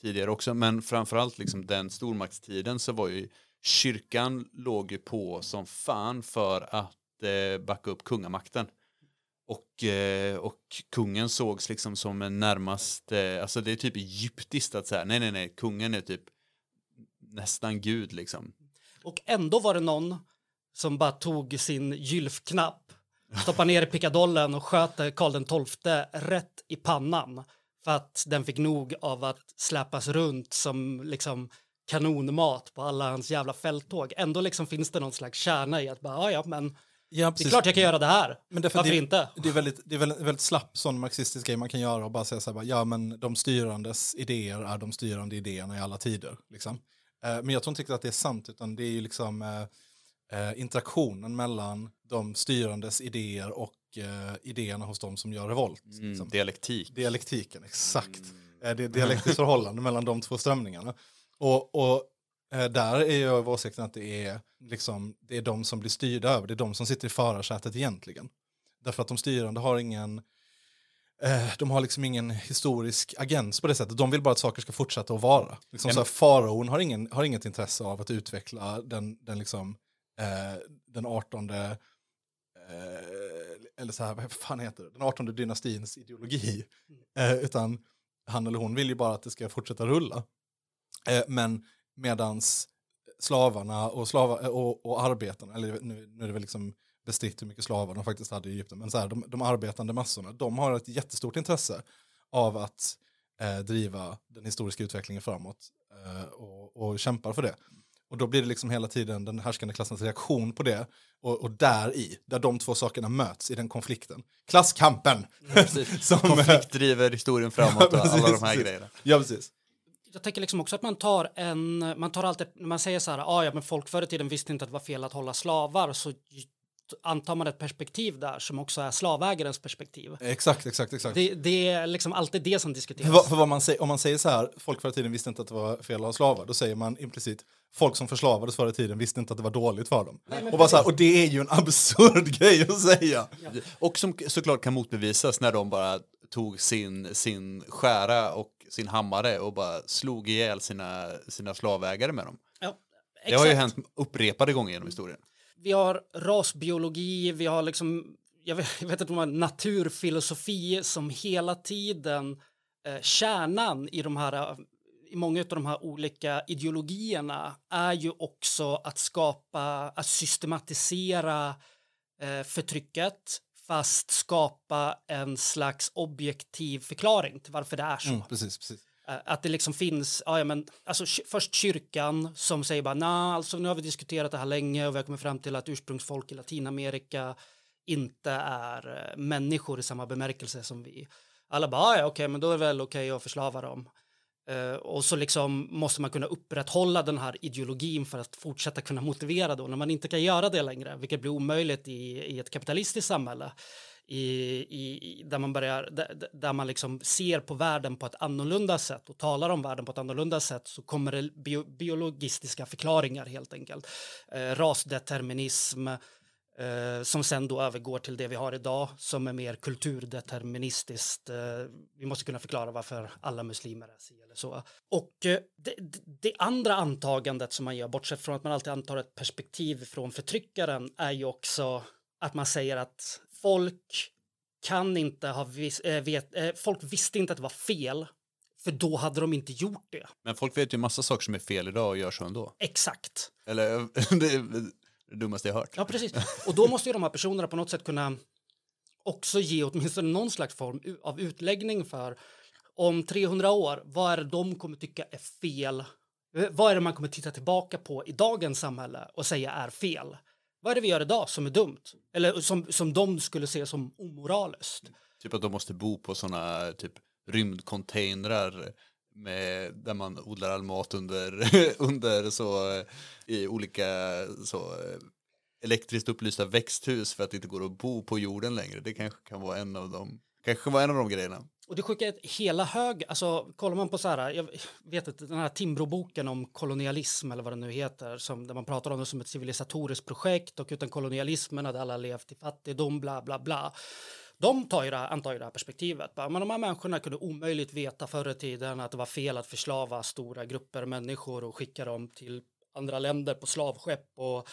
tidigare också. Men framförallt liksom den stormaktstiden så var ju kyrkan låg ju på som fan för att eh, backa upp kungamakten. Och, eh, och kungen sågs liksom som en närmast, eh, alltså det är typ egyptiskt att säga, nej nej nej, kungen är typ nästan gud liksom. Och ändå var det någon som bara tog sin gylfknapp, stoppade ner i pickadollen och sköt Karl den tolfte rätt i pannan. För att den fick nog av att släpas runt som liksom kanonmat på alla hans jävla fälttåg. Ändå liksom finns det någon slags kärna i att bara, ja ja men Ja, det är klart jag kan göra det här. Men därför Varför det, inte? Det är väldigt, det är väldigt, väldigt slapp sån marxistisk grej man kan göra och bara säga så här, ja men de styrandes idéer är de styrande idéerna i alla tider. Liksom. Eh, men jag tror inte att det är sant, utan det är ju liksom eh, interaktionen mellan de styrandes idéer och eh, idéerna hos de som gör revolt. Mm, liksom. dialektik. Dialektiken, exakt. Mm. Eh, det är dialektiskt förhållande mellan de två strömningarna. Och, och eh, där är jag av åsikten att det är, liksom, det är de som blir styrda över, det är de som sitter i förarsätet egentligen. Därför att de styrande har ingen, eh, de har liksom ingen historisk agens på det sättet. De vill bara att saker ska fortsätta att vara. Liksom mm. så här, faraon har, ingen, har inget intresse av att utveckla den, den, liksom, eh, den artonde eh, eller så här, vad fan heter det? Den artonde dynastins ideologi. Eh, utan han eller hon vill ju bara att det ska fortsätta rulla. Eh, men medans slavarna och, slava, och, och arbetarna, eller nu, nu är det väl liksom bestritt hur mycket slavar de faktiskt hade i Egypten, men så här, de, de arbetande massorna, de har ett jättestort intresse av att eh, driva den historiska utvecklingen framåt eh, och, och kämpar för det. Och då blir det liksom hela tiden den härskande klassens reaktion på det, och, och där i, där de två sakerna möts i den konflikten. Klasskampen! Ja, som konflikt driver historien framåt ja, precis, och alla de här precis. grejerna. Ja, precis. Jag tänker liksom också att man tar en, man tar alltid, när man säger så här, ah, ja men folk förr i tiden visste inte att det var fel att hålla slavar, så antar man ett perspektiv där som också är slavägarens perspektiv. Exakt, exakt, exakt. Det, det är liksom alltid det som diskuteras. För, vad, för vad man säger, om man säger så här, folk förr i tiden visste inte att det var fel att ha slavar, då säger man implicit, folk som förslavades förr i tiden visste inte att det var dåligt för dem. Nej, och, bara så här, och det är ju en absurd grej att säga. Ja. Och som såklart kan motbevisas när de bara tog sin, sin skära och sin hammare och bara slog ihjäl sina, sina slavägare med dem. Ja, det har ju hänt upprepade gånger genom historien. Vi har rasbiologi, vi har liksom, jag vet, jag vet inte om det var naturfilosofi som hela tiden eh, kärnan i de här, i många av de här olika ideologierna är ju också att skapa, att systematisera eh, förtrycket, fast skapa en slags objektiv förklaring till varför det är så. Mm, precis, precis. Att det liksom finns, ja, men, alltså, först kyrkan som säger bara, nah, alltså, nu har vi diskuterat det här länge och vi har kommit fram till att ursprungsfolk i Latinamerika inte är människor i samma bemärkelse som vi. Alla bara, ja okej, okay, men då är det väl okej okay att förslava dem. Uh, och så liksom måste man kunna upprätthålla den här ideologin för att fortsätta kunna motivera då, när man inte kan göra det längre, vilket blir omöjligt i, i ett kapitalistiskt samhälle. I, i, där man börjar där, där man liksom ser på världen på ett annorlunda sätt och talar om världen på ett annorlunda sätt, så kommer det bio, biologistiska förklaringar helt enkelt. Eh, rasdeterminism eh, som sen då övergår till det vi har idag som är mer kulturdeterministiskt. Eh, vi måste kunna förklara varför alla muslimer är si eller så. Och eh, det, det andra antagandet som man gör, bortsett från att man alltid antar ett perspektiv från förtryckaren, är ju också att man säger att folk kan inte ha vis, äh, vet, äh, folk visste inte att det var fel, för då hade de inte gjort det. Men folk vet ju massa saker som är fel idag och gör så ändå. Exakt. Eller det är det dummaste jag hört. Ja, precis. Och då måste ju de här personerna på något sätt kunna också ge åtminstone någon slags form av utläggning för om trehundra år, vad är det de kommer tycka är fel? Vad är det man kommer titta tillbaka på i dagens samhälle och säga är fel? Vad är det vi gör idag som är dumt? Eller som, som de skulle se som omoraliskt? Typ att de måste bo på sådana typ rymdcontainrar med, där man odlar all mat under, under så i olika så elektriskt upplysta växthus för att det inte går att bo på jorden längre. Det kanske kan vara en av dem. Kanske var en av de grejerna. Och det skickar ett hela hög, alltså kollar man på så här, jag vet inte, den här Timbro-boken om kolonialism eller vad det nu heter, som, där man pratar om det som ett civilisatoriskt projekt och utan kolonialismen hade alla levt i fattigdom, bla bla bla. De tar ju det här, antar ju det här perspektivet. Men de här människorna kunde omöjligt veta förr i tiden att det var fel att förslava stora grupper människor och skicka dem till andra länder på slavskepp. Och,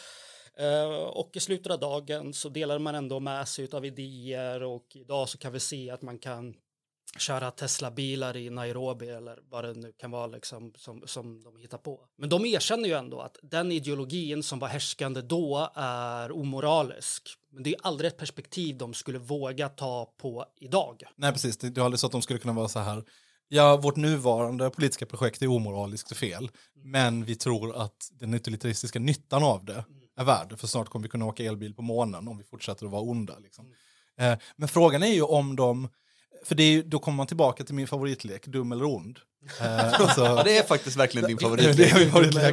och i slutet av dagen så delar man ändå med sig av idéer, och idag så kan vi se att man kan köra Tesla-bilar i Nairobi eller vad det nu kan vara liksom, som, som de hittar på. Men de erkänner ju ändå att den ideologin som var härskande då är omoralisk. Men det är aldrig ett perspektiv de skulle våga ta på idag. Nej, precis. Det är aldrig så att de skulle kunna vara så här: ja, vårt nuvarande politiska projekt är omoraliskt och fel, men vi tror att den utilitaristiska nyttan av det är värd, för snart kommer vi kunna åka elbil på månen om vi fortsätter att vara onda. Liksom. Mm. Eh, men frågan är ju om de, för det är ju, då kommer man tillbaka till min favoritlek, dum eller ond. Eh, alltså, ja, det är faktiskt verkligen din favoritlek. Det är min favoritlek.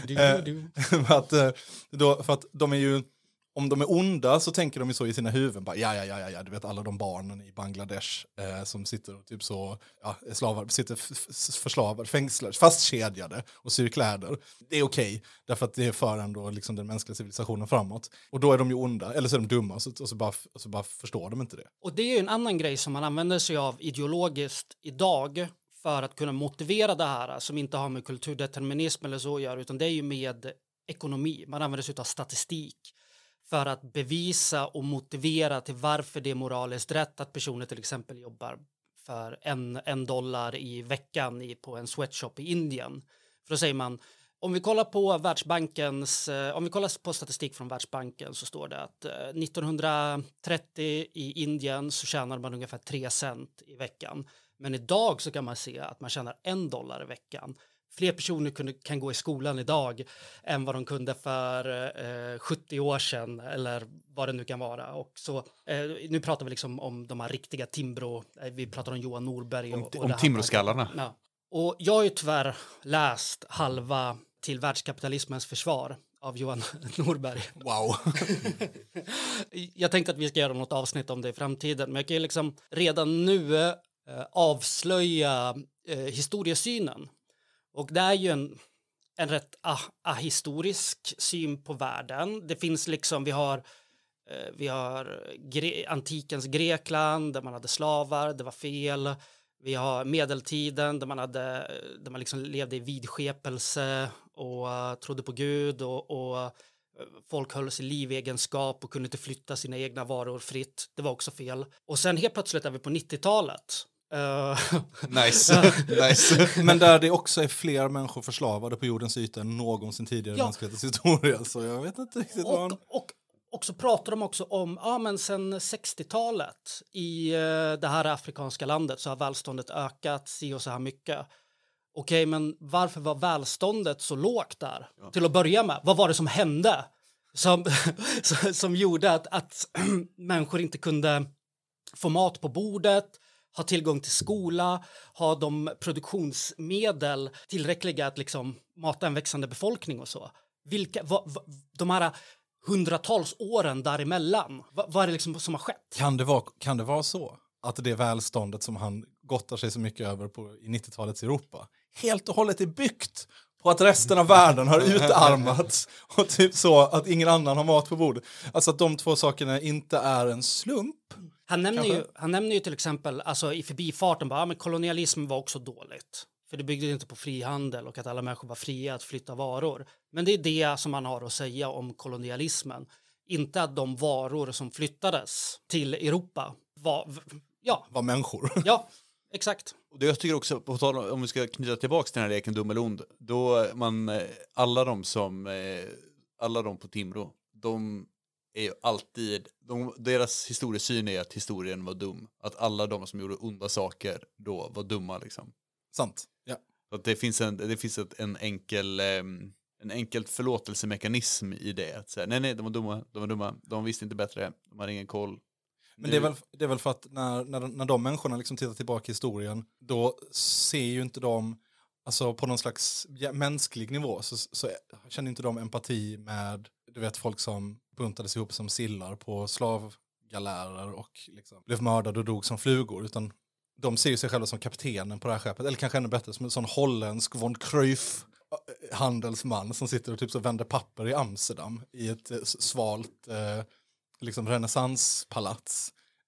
Eh, att, eh, då, för att de är ju, om de är onda så tänker de ju så i sina huvuden. Bara, ja, ja, ja, ja, du vet alla de barnen i Bangladesh eh, som sitter och typ så, ja, slavar, sitter f- f- förslavade, fängslade, fastkedjade och syr kläder. Det är okej, därför att det för ändå liksom den mänskliga civilisationen framåt. Och då är de ju onda, eller så är de dumma, och så, och så, bara, och så bara förstår de inte det. Och det är ju en annan grej som man använder sig av ideologiskt idag för att kunna motivera det här, som inte har med kulturdeterminism eller så att göra, utan det är ju med ekonomi. Man använder sig av statistik för att bevisa och motivera till varför det är moraliskt rätt att personer till exempel jobbar för en, en dollar i veckan i, på en sweatshop i Indien. För då säger man, om vi kollar på Världsbankens, om vi kollar på statistik från Världsbanken, så står det att nittonhundratrettio i Indien så tjänar man ungefär tre cent i veckan. Men idag så kan man se att man tjänar en dollar i veckan. Fler personer kunde, kan gå i skolan idag än vad de kunde för eh, sjuttio år sedan, eller vad det nu kan vara. Och så, eh, nu pratar vi liksom om de här riktiga Timbro, eh, vi pratar om Johan Norberg. Och, om och om Timbro-skallarna. Ja. Och jag har ju tyvärr läst halva Till världskapitalismens försvar av Johan Norberg. Wow. Jag tänkte att vi ska göra något avsnitt om det i framtiden, men jag kan ju liksom redan nu eh, avslöja eh, historiesynen. Och det är ju en, en rätt ah, ahistorisk syn på världen. Det finns liksom, vi har, eh, vi har gre- antikens Grekland där man hade slavar, det var fel. Vi har medeltiden där man, hade, där man liksom levde i vidskepelse och uh, trodde på Gud. Och, och uh, folk höll sig livegenskap och kunde inte flytta sina egna varor fritt. Det var också fel. Och sen helt plötsligt är vi på nittiotalet. Uh, nice. nice. Men där det också är fler människor förslavade på jordens yta än någonsin tidigare i ja. mänsklighetens historia. Så jag vet inte riktigt vad han... och, och, och så pratar de också om, ja men sen sextiotalet i uh, det här afrikanska landet så har välståndet ökat si och så här mycket. Okej, men varför var välståndet så lågt där? Ja. Till att börja med, vad var det som hände? Som, som gjorde att, att människor inte kunde få mat på bordet, ha tillgång till skola, ha de produktionsmedel tillräckliga att liksom mata en växande befolkning och så. Vilka, va, va, de här hundratals åren däremellan, va, vad är det liksom som har skett? Kan det vara, kan det vara så att det välståndet som han gottar sig så mycket över på, i nittiotalets Europa helt och hållet är byggt på att resten av världen har utarmats och typ så att ingen annan har mat på bordet? Alltså att de två sakerna inte är en slump. Han nämner, ju, han nämner ju till exempel alltså i förbifarten bara, ja, men kolonialism var också dåligt. För det byggde inte på frihandel och att alla människor var fria att flytta varor. Men det är det som man har att säga om kolonialismen. Inte att de varor som flyttades till Europa var, ja. var människor. Ja, exakt. Och det jag tycker också, på tal om, om vi ska knyta tillbaka till den här leken dum eller ond, då man, alla de som, alla de på Timbro, de är ju alltid, de, deras historiesyn är att historien var dum. Att alla de som gjorde onda saker då var dumma liksom. Sant, ja. Så att det finns en, det finns ett, en enkel um, en enkelt förlåtelsemekanism i det. Att säga, nej, nej, de var dumma, de var dumma, de visste inte bättre, de hade ingen koll. Men det är väl, det är väl för att när, när, när de människorna liksom tittar tillbaka i historien, då ser ju inte de, alltså på någon slags ja, mänsklig nivå, så, så känner inte de empati med, du vet, folk som buntades ihop som sillar på slavgalärer och liksom blev mördade och dog som flugor, utan de ser ju sig själva som kaptenen på det här skeppet, eller kanske ännu bättre som en sån holländsk von Cruyff handelsman som sitter och typ så vänder papper i Amsterdam i ett svalt eh, liksom renässanspalats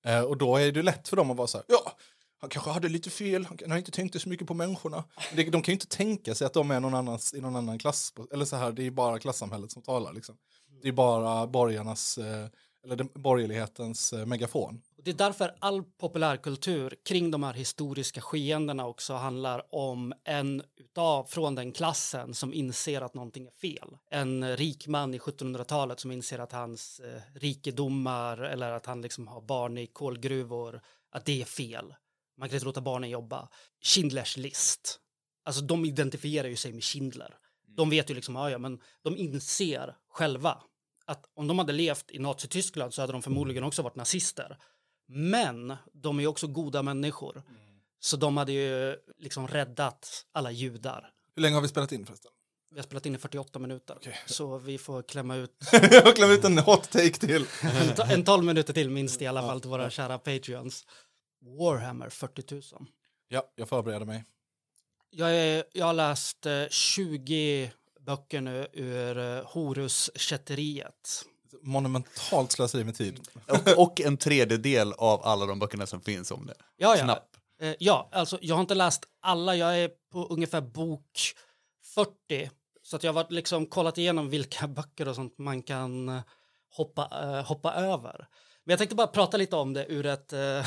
Eh, och då är det lätt för dem att vara så här, ja, han kanske hade lite fel, han har inte tänkt så mycket på människorna. De, de kan ju inte tänka sig att de är någon annans, i någon annan klass. Eller så här, det är bara klassamhället som talar liksom. Det är bara borgarnas, eh, eller den, borgerlighetens eh, megafon. Det är därför all populärkultur kring de här historiska skeendena också handlar om en utav från den klassen som inser att någonting är fel. En rik man i sjuttonhundratalet som inser att hans eh, rikedomar eller att han liksom har barn i kolgruvor, att det är fel. Man kan inte låta barnen jobba. Schindlers list. Alltså de identifierar ju sig med Schindler. De vet ju liksom, ja, ja, men de inser själva att om de hade levt i Nazityskland så hade de förmodligen också varit nazister. Men de är också goda människor. Mm. Så de hade ju liksom räddat alla judar. Hur länge har vi spelat in förresten? Vi har spelat in i fyrtioåtta minuter. Okay. Så vi får klämma ut... Jag klämma ut en hot take till. en, en tolv minuter till minst i alla fall till våra kära Patreons. Warhammer fyrtio tusen. Ja, jag förbereder mig. Jag, är, jag har läst eh, tjugo böcker nu ur eh, Horus-kätteriet. Monumentalt slöseri med tid. Och, och en tredjedel av alla de böckerna som finns om det. Ja, ja. Knapp. Eh, ja, alltså jag har inte läst alla. Jag är på ungefär bok fyrtio. Så att jag har liksom kollat igenom vilka böcker och sånt man kan eh, hoppa, eh, hoppa över. Men jag tänkte bara prata lite om det ur ett... Eh,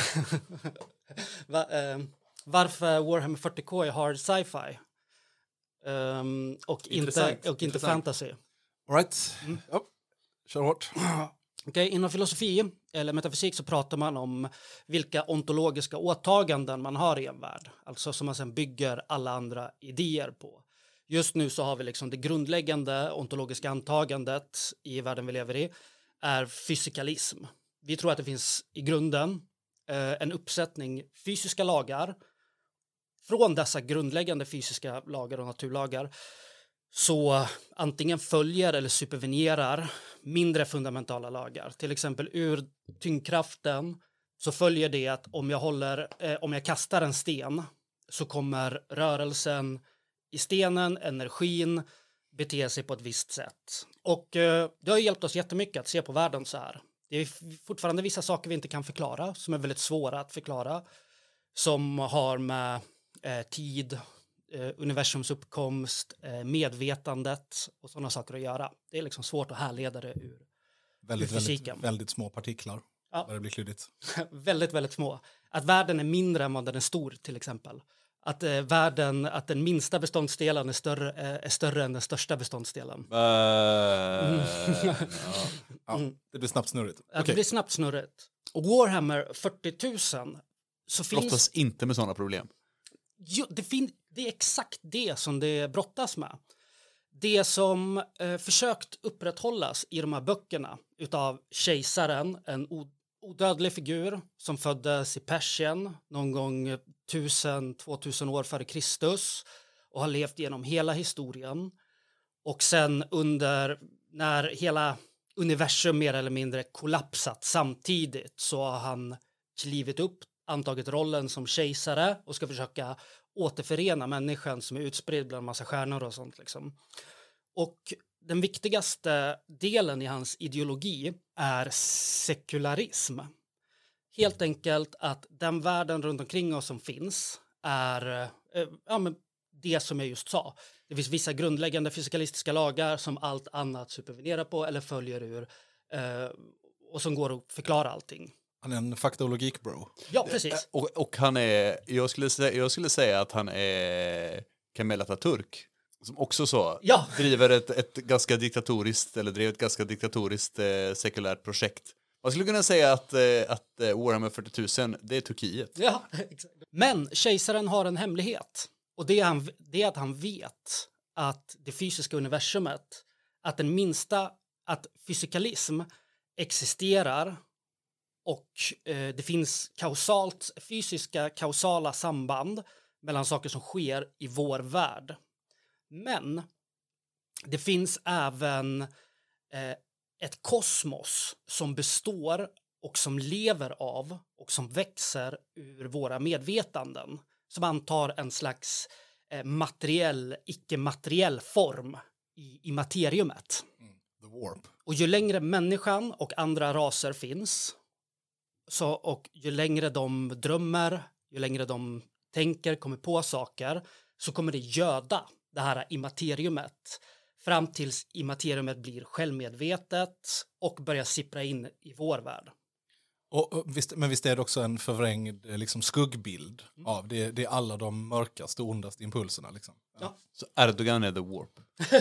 va, eh, varför Warhammer fyrtio K är hard sci-fi. Um, och inte, och inte fantasy. All right. Mm. Ja. Kör hårt. Okay, inom filosofi eller metafysik så pratar man om vilka ontologiska åtaganden man har i en värld. Alltså som man sedan bygger alla andra idéer på. Just nu så har vi liksom det grundläggande ontologiska antagandet i världen vi lever i är fysikalism. Vi tror att det finns i grunden eh, en uppsättning fysiska lagar. Från dessa grundläggande fysiska lagar och naturlagar så antingen följer eller supervenerar mindre fundamentala lagar. Till exempel ur tyngdkraften så följer det att om jag, håller, eh, om jag kastar en sten så kommer rörelsen i stenen, energin, bete sig på ett visst sätt. Och eh, det har hjälpt oss jättemycket att se på världen så här. Det är fortfarande vissa saker vi inte kan förklara som är väldigt svåra att förklara. Som har med eh, tid, eh, universums uppkomst, eh, medvetandet och sådana saker att göra. Det är liksom svårt att härleda det ur, väldigt, ur fysiken. Väldigt, väldigt små partiklar. Ja. Där det blir klyddigt. väldigt, väldigt små. Att världen är mindre än vad den är stor till exempel. Att eh, världen, att den minsta beståndsdelen är större, eh, är större än den största beståndsdelen. Uh, mm. ja. Ja, det blir snabbt snurrigt. Ja, okay. Det blir snabbt snurrigt. Och Warhammer fyrtio tusen så finns... Brottas inte med sådana problem. Jo, det, fin- det är exakt det som det brottas med. Det som eh, försökt upprätthållas i de här böckerna utav kejsaren, en o- odödlig figur som föddes i Persien någon gång tusen, tvåtusen år före Kristus och har levt genom hela historien. Och sen under, när hela universum mer eller mindre kollapsat samtidigt så har han klivit upp, antagit rollen som kejsare och ska försöka återförena människan som är utspridd bland massa stjärnor och sånt liksom. Och den viktigaste delen i hans ideologi är sekularism. Helt enkelt att den världen runt omkring oss som finns är eh, ja, men det som jag just sa. Det finns vissa grundläggande fysikalistiska lagar som allt annat supervenerar på eller följer ur eh, och som går att förklara allting. Han är en faktologik bro. Ja, precis. Och, och han är, jag skulle, säga, jag skulle säga att han är Kemal Atatürk. Som också så ja. driver ett, ett ganska diktatoriskt eller drev ett ganska diktatoriskt eh, sekulärt projekt. Man skulle kunna säga att, eh, att eh, Warhammer fyrtio tusen, det är Turkiet. Ja, exakt. Men kejsaren har en hemlighet. Och det är, han, det är att han vet att det fysiska universumet, att den minsta, att fysikalism existerar och eh, det finns kausalt, fysiska kausala samband mellan saker som sker i vår värld. Men det finns även eh, ett kosmos som består och som lever av och som växer ur våra medvetanden. Som antar en slags eh, materiell, icke-materiell form i, i materiumet. Mm, the warp. Och ju längre människan och andra raser finns, Så, och ju längre de drömmer, ju längre de tänker, kommer på saker, så kommer det göda det här immateriumet fram tills immateriumet blir självmedvetet och börjar sippra in i vår värld. Och, och visst, men visst är det också en förvrängd liksom, skuggbild mm. av det, det är alla de mörkaste och ondaste impulserna. Liksom. Ja. Ja. Så Erdogan är the warp.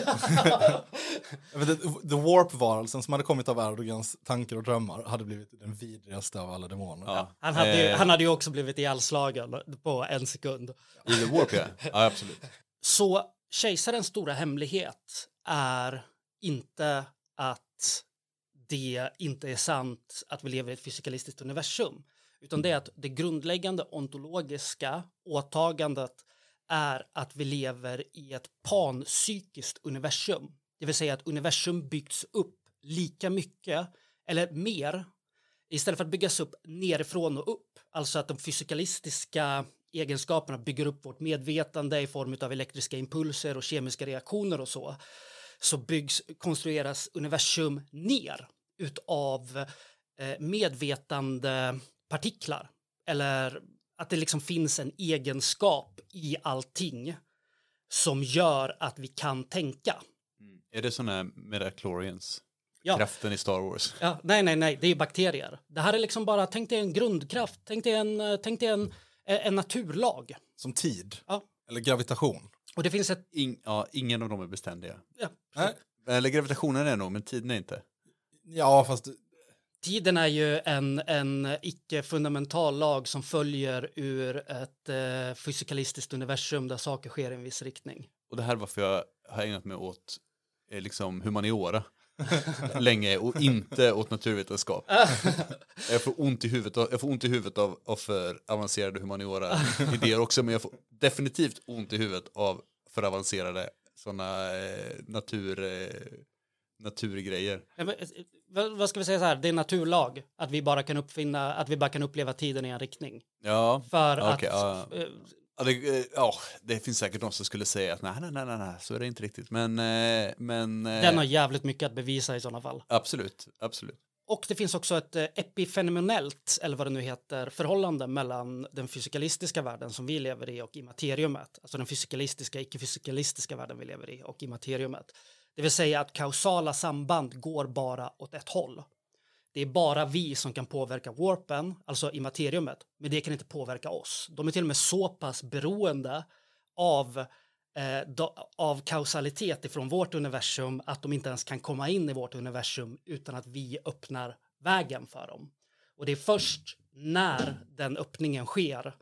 The Warp-varelsen som hade kommit av Erdogans tankar och drömmar hade blivit den vidrigaste av alla demoner. Ja. Han, hade ju, Eh. han hade ju också blivit ihjälslagen på en sekund. I the warp, ja. Ja, absolut. Så kejsarens stora hemlighet är inte att det inte är sant att vi lever i ett fysikalistiskt universum, utan det är att det grundläggande ontologiska åtagandet är att vi lever i ett panpsykiskt universum. Det vill säga att universum byggs upp lika mycket eller mer istället för att byggas upp nerifrån och upp. Alltså att de fysikalistiska egenskaperna bygger upp vårt medvetande i form av elektriska impulser och kemiska reaktioner och så. Så byggs, konstrueras universum ner utav eh, medvetande partiklar. Eller att det liksom finns en egenskap i allting som gör att vi kan tänka. Mm. Är det sådana midichlorians? Ja. Kraften i Star Wars? Ja, nej, nej, nej, det är bakterier. Det här är liksom bara, tänk dig en grundkraft, tänk dig en, tänk dig en, en naturlag. Som tid, Ja. eller gravitation. Och det finns ett... In, ja, ingen av dem är beständiga. Ja, Nej. Eller gravitationen är nog, men tiden är inte. Ja, fast tiden är ju en, en icke-fundamental lag som följer ur ett eh, fysikalistiskt universum där saker sker i en viss riktning. Och det här är varför jag har ägnat mig åt eh, liksom humaniora länge och inte åt naturvetenskap. Jag får ont i huvudet av, jag får ont i huvudet av, av för avancerade humaniora-idéer också, men jag får definitivt ont i huvudet av för avancerade sådana eh, natur, eh, naturgrejer. Vad, vad ska vi säga så här? Det är naturlag att vi bara kan uppfinna, att vi bara kan uppleva tiden i en riktning. Ja, För okej, att... ja. eh, Ja det, ja, det finns säkert någon som skulle säga att nej, nej, nej, nej, så är det inte riktigt. Men, eh, men eh, Den har jävligt mycket att bevisa i sådana fall. absolut, absolut. Och det finns också ett eh, epifenomenellt, eller vad det nu heter, förhållande mellan den fysikalistiska världen som vi lever i och immateriumet. Alltså den fysikalistiska, icke-fysikalistiska världen vi lever i och immateriumet. Det vill säga att kausala samband går bara åt ett håll. Det är bara vi som kan påverka warpen, alltså immateriumet, men det kan inte påverka oss. De är till och med så pass beroende av, eh, do, av kausalitet ifrån vårt universum att de inte ens kan komma in i vårt universum utan att vi öppnar vägen för dem. Och det är först när den öppningen sker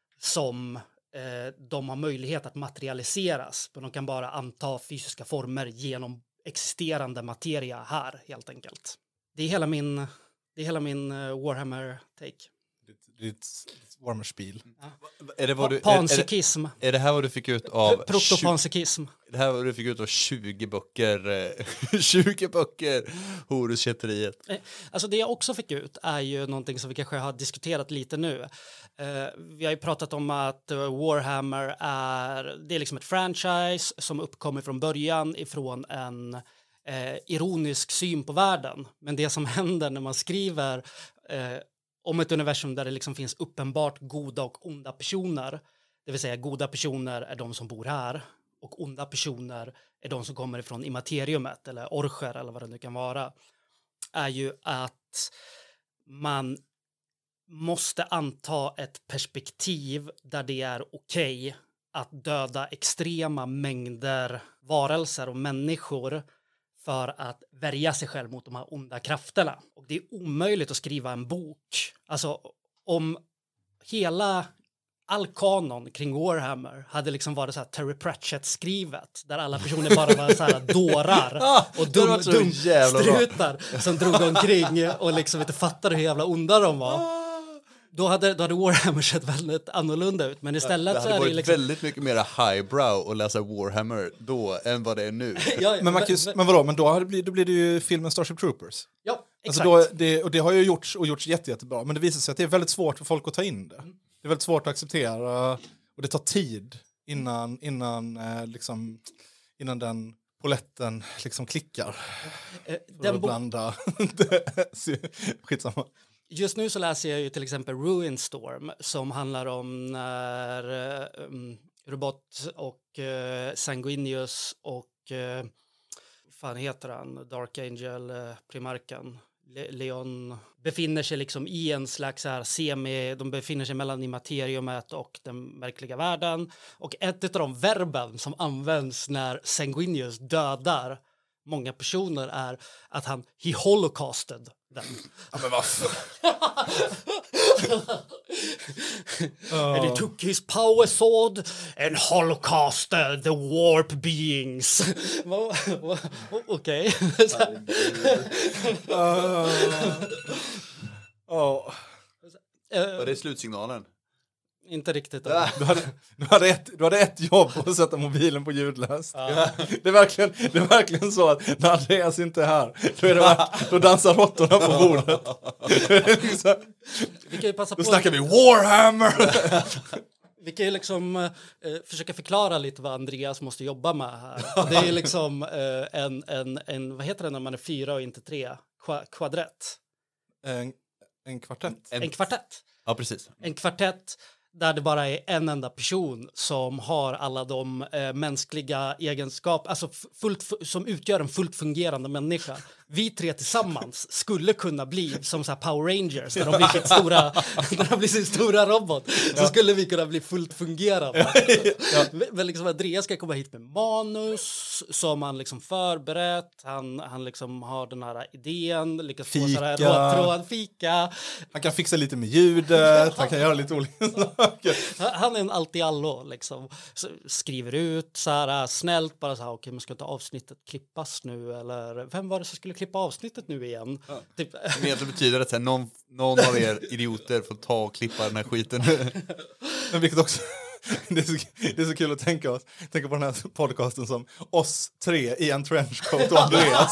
som eh, de har möjlighet att materialiseras, men de kan bara anta fysiska former genom existerande materia här helt enkelt. Det är hela min, det är hela min uh, Warhammer-take. Ditt, ditt Warhammer-spel. Ja. Är det vad du, är, är, Panpsykism. är det här vad du fick ut av Protopanpsykism. tjugo, det här vad du fick ut av tjugo böcker eh, tjugo böcker Horuskätteriet? Alltså det jag också fick ut är ju någonting som vi kanske har diskuterat lite nu. Uh, vi har ju pratat om att uh, Warhammer är, det är liksom ett franchise som uppkommer från början ifrån en uh, ironisk syn på världen. Men det som händer när man skriver uh, om ett universum där det liksom finns uppenbart goda och onda personer, det vill säga goda personer är de som bor här och onda personer är de som kommer ifrån immateriumet eller orcher eller vad det nu kan vara, är ju att man måste anta ett perspektiv där det är okej att döda extrema mängder varelser och människor för att värja sig själv mot de här onda krafterna. Och det är omöjligt att skriva en bok. Alltså om hela all kanon kring Warhammer hade liksom varit så här Terry Pratchett-skrivet där alla personer bara var så här dårar och dum, dumstrutar som drog omkring och liksom inte fattade hur jävla onda de var. Då hade, då hade Warhammer sett väldigt annorlunda ut. Men istället det så hade är varit det liksom... väldigt mycket mer highbrow att läsa Warhammer då än vad det är nu. ja, Men, man kan ju, men vadå, men då, hade det blivit, då blir det ju filmen Starship Troopers. Ja, exakt. Alltså då, det, och det har ju gjorts och gjorts jätte, jättebra. Men det visar sig att det är väldigt svårt för folk att ta in det. Det är väldigt svårt att acceptera. Och det tar tid innan, innan, eh, liksom, innan den poletten liksom klickar. Eh, För den att bo- blanda. Skitsamma. Just nu så läser jag ju till exempel Ruin Storm som handlar om när um, Robot och uh, Sanguinius och uh, fan heter han, Dark Angel uh, Primarken Le- Leon befinner sig liksom i en slags så här semi, de befinner sig mellan immateriumet och den verkliga världen, och ett av de verben som används när Sanguinius dödar många personer är att han he holocausted them. Ja, men vad fan. And he took his power sword and holocausted the warp beings. Okej. Ja. Var det slutsignalen? Inte riktigt. Du hade, du, hade ett, du hade ett jobb att sätta mobilen på ljudlöst. Ja. Det, är verkligen, det är verkligen så att när Andreas inte är här, då, är det verk, då dansar råttorna på bordet. liksom, Vi kan ju passa då på. snackar vi Warhammer! Vi kan ju liksom eh, försöka förklara lite vad Andreas måste jobba med här. Och det är liksom eh, en, en, en, vad heter det när man är fyra och inte tre? Qua, kvadrett. En, en kvartett. En, en kvartett. Ja, precis. En kvartett där det bara är en enda person som har alla de eh, mänskliga egenskaper, alltså f- fullt, f- som utgör en fullt fungerande människa. Vi tre tillsammans skulle kunna bli som så här Power Rangers när de blir sitt stora, när de blir sin stora robot. Så Ja. skulle vi kunna bli fullt fungerande. Ja. Men liksom Andreas ska komma hit med manus som han liksom förberett. Han, han liksom har den här idén, lyckas få så här Fika. röd tråd, fika. Han kan fixa lite med ljudet, han kan göra lite olika saker. Han är en allt i allo liksom. Så skriver ut så här snällt bara så här, okej, men ska inte avsnittet klippas nu, eller vem var det som skulle klippa avsnittet nu igen? Ja. Typ. Men det betyder att så här, någon, någon av er idioter får ta och klippa den här skiten. Men vilket också, det är, så, det är så kul att tänka, oss, tänka på den här podcasten som oss tre i en trenchcoat och Andreas.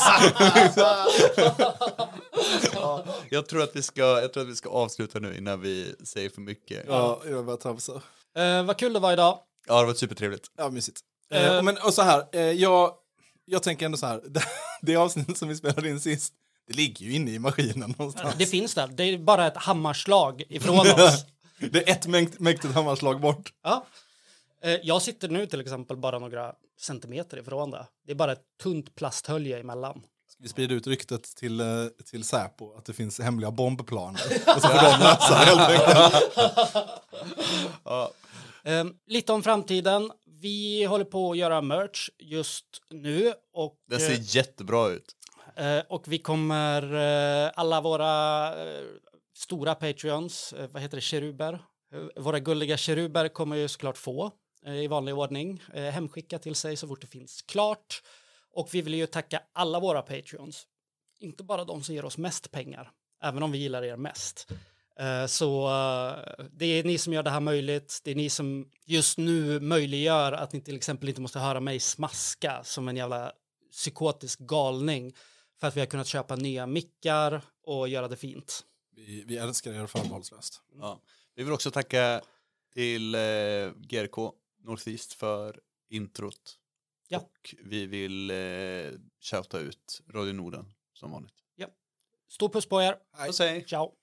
Ja, jag tror att vi ska, jag tror att vi ska avsluta nu innan vi säger för mycket. Ja, jag bara tramsa. Eh, vad kul det var idag. Ja, det var supertrevligt. Ja, mysigt. Eh. Eh, men och så här, eh, jag, jag tänker ändå så här, det, det avsnittet som vi spelade in sist, det ligger ju inne i maskinen någonstans. Det finns där. Det är bara ett hammarslag ifrån oss. Det är ett mäkt, mäktigt hammarslag bort. Ja. Eh, jag sitter nu till exempel bara några centimeter ifrån det. Det är bara ett tunt plasthölje emellan. Vi sprider ut ryktet till, eh, till Säpo att det finns hemliga bombplaner. Och så får de läsa helt enkelt. Ja. Eh, lite om framtiden. Vi håller på att göra merch just nu. Och, Det ser jättebra ut. eh, och vi kommer, eh, alla våra eh, stora Patreons, eh, vad heter det, keruber. Eh, våra gulliga keruber kommer ju såklart få eh, i vanlig ordning. Eh, hemskicka till sig så fort det finns klart. Och vi vill ju tacka alla våra Patreons. Inte bara de som ger oss mest pengar. Även om vi gillar er mest. Uh, så uh, det är ni som gör det här möjligt. Det är ni som just nu möjliggör att ni till exempel inte måste höra mig smaska som en jävla psykotisk galning. För att vi har kunnat köpa nya mickar och göra det fint. Vi, vi älskar er förbehållslöst. Ja. Vi vill också tacka till eh, G R K Northeast för introt. Ja. Och vi vill eh, shouta ut Radio Norden som vanligt. Stor puss på er. Hej. Ciao.